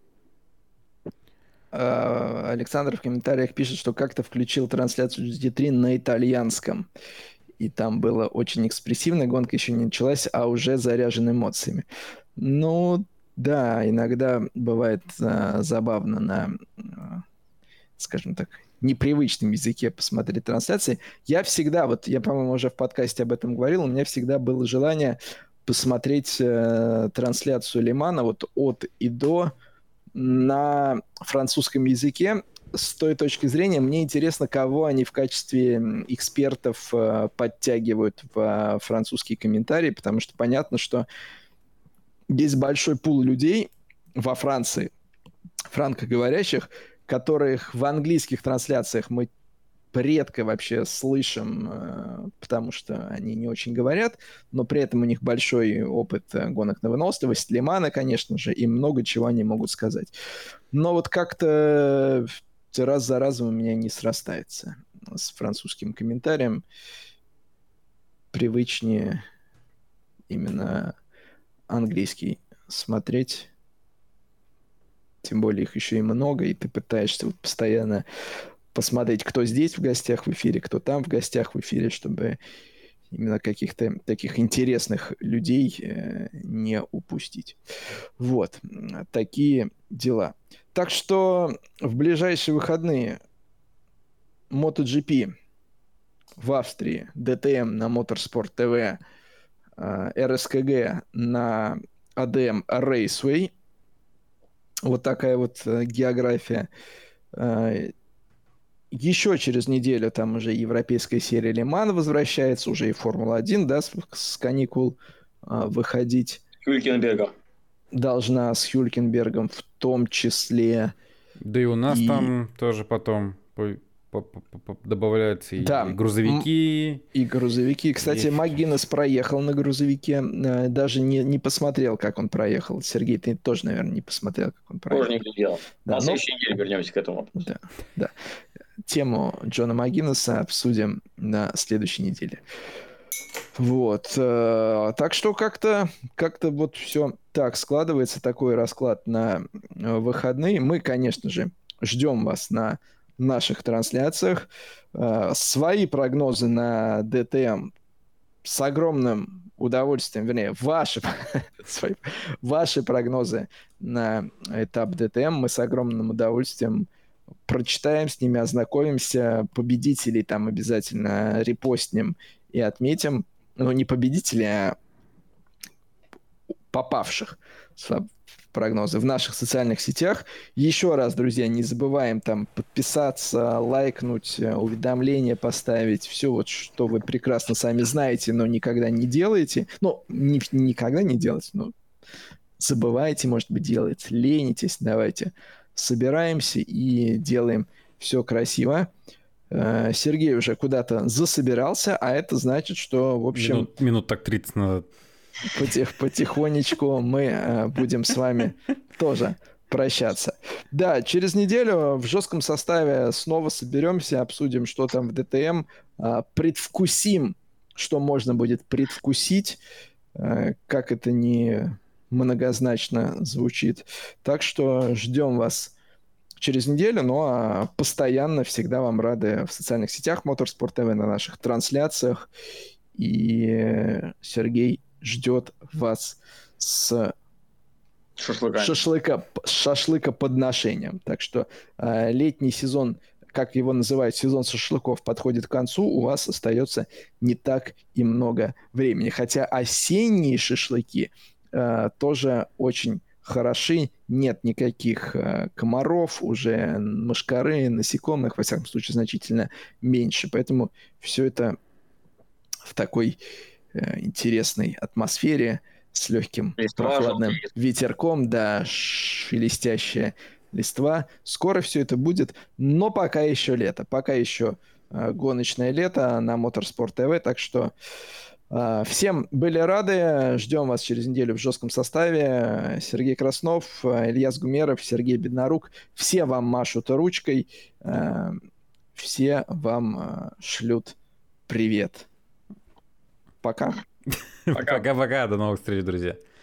Александр в комментариях пишет, что как-то включил трансляцию GT3 на итальянском. И там было очень экспрессивно, гонка еще не началась, а уже заряжен эмоциями. Ну, да, иногда бывает забавно на, скажем так, непривычном языке посмотреть трансляции. Я всегда, вот я, по-моему, уже в подкасте об этом говорил, у меня всегда было желание посмотреть трансляцию Лимана вот от и до на французском языке. С той точки зрения, мне интересно, кого они в качестве экспертов подтягивают в французские комментарии, потому что понятно, что есть большой пул людей во Франции, франкоговорящих, которых в английских трансляциях мы редко вообще слышим, потому что они не очень говорят, но при этом у них большой опыт гонок на выносливость, Лимана, конечно же, и много чего они могут сказать. Но вот как-то раз за разом у меня не срастается с французским комментарием. Привычнее именно английский смотреть. Тем более их еще и много, и ты пытаешься вот постоянно посмотреть, кто здесь в гостях в эфире, кто там в гостях в эфире, чтобы именно каких-то таких интересных людей не упустить. Вот. Такие дела. Так что в ближайшие выходные MotoGP в Австрии, DTM на Motorsport TV, РСКГ на ADM Raceway. Вот такая вот география. Еще через неделю там уже европейская серия Лиман возвращается, уже и Формула-1, да, с каникул выходить. Хюлькенберга. Должна с Хюлькенбергом в том числе. Да и у нас там тоже потом добавляются и грузовики. И грузовики. Кстати, МакГиннес проехал на грузовике. Даже не посмотрел, как он проехал. Сергей, ты тоже, наверное, не посмотрел, как он проехал. Тоже не глядел. Да, на следующей неделе вернемся к этому. Да. Тему Джона МакГиннеса обсудим на следующей неделе. Вот. Так что как-то вот все так складывается, такой расклад на выходные. Мы, конечно же, ждем вас на наших трансляциях. Свои прогнозы на ДТМ с огромным удовольствием, вернее, ваши прогнозы на этап ДТМ мы с огромным удовольствием прочитаем, с ними ознакомимся, победителей там обязательно репостнем и отметим. Ну, не победителей, а попавших в прогнозы в наших социальных сетях. Еще раз, друзья, не забываем там подписаться, лайкнуть, уведомления поставить. Все вот, что вы прекрасно сами знаете, но никогда не делаете. Ну, никогда не делаете, но забываете, может быть, делать. Ленитесь, давайте собираемся и делаем все красиво. Сергей уже куда-то засобирался, а это значит, что, в общем... Минут так 30 надо. Потихонечку мы будем с вами тоже прощаться. Да, через неделю в жестком составе снова соберемся, обсудим, что там в ДТМ, предвкусим, что можно будет предвкусить, как это не многозначно звучит. Так что ждем вас через неделю, но постоянно всегда вам рады в социальных сетях Motorsport TV, на наших трансляциях. И Сергей ждет вас с шашлыка подношением. Так что летний сезон, как его называют, сезон шашлыков, подходит к концу, у вас остается не так и много времени. Хотя осенние шашлыки тоже очень хороши, нет никаких комаров, уже мошкары, насекомых, во всяком случае, значительно меньше. Поэтому все это в такой интересной атмосфере с легким прохладным ветерком, да, шелестящая листва. Скоро все это будет, но пока еще лето, пока еще гоночное лето на Motorsport TV, так что всем были рады, ждем вас через неделю в жестком составе. Сергей Краснов, Ильяс Гумеров, Сергей Беднорук, все вам машут ручкой, все вам шлют привет. Пока. Пока-пока, до новых встреч, друзья.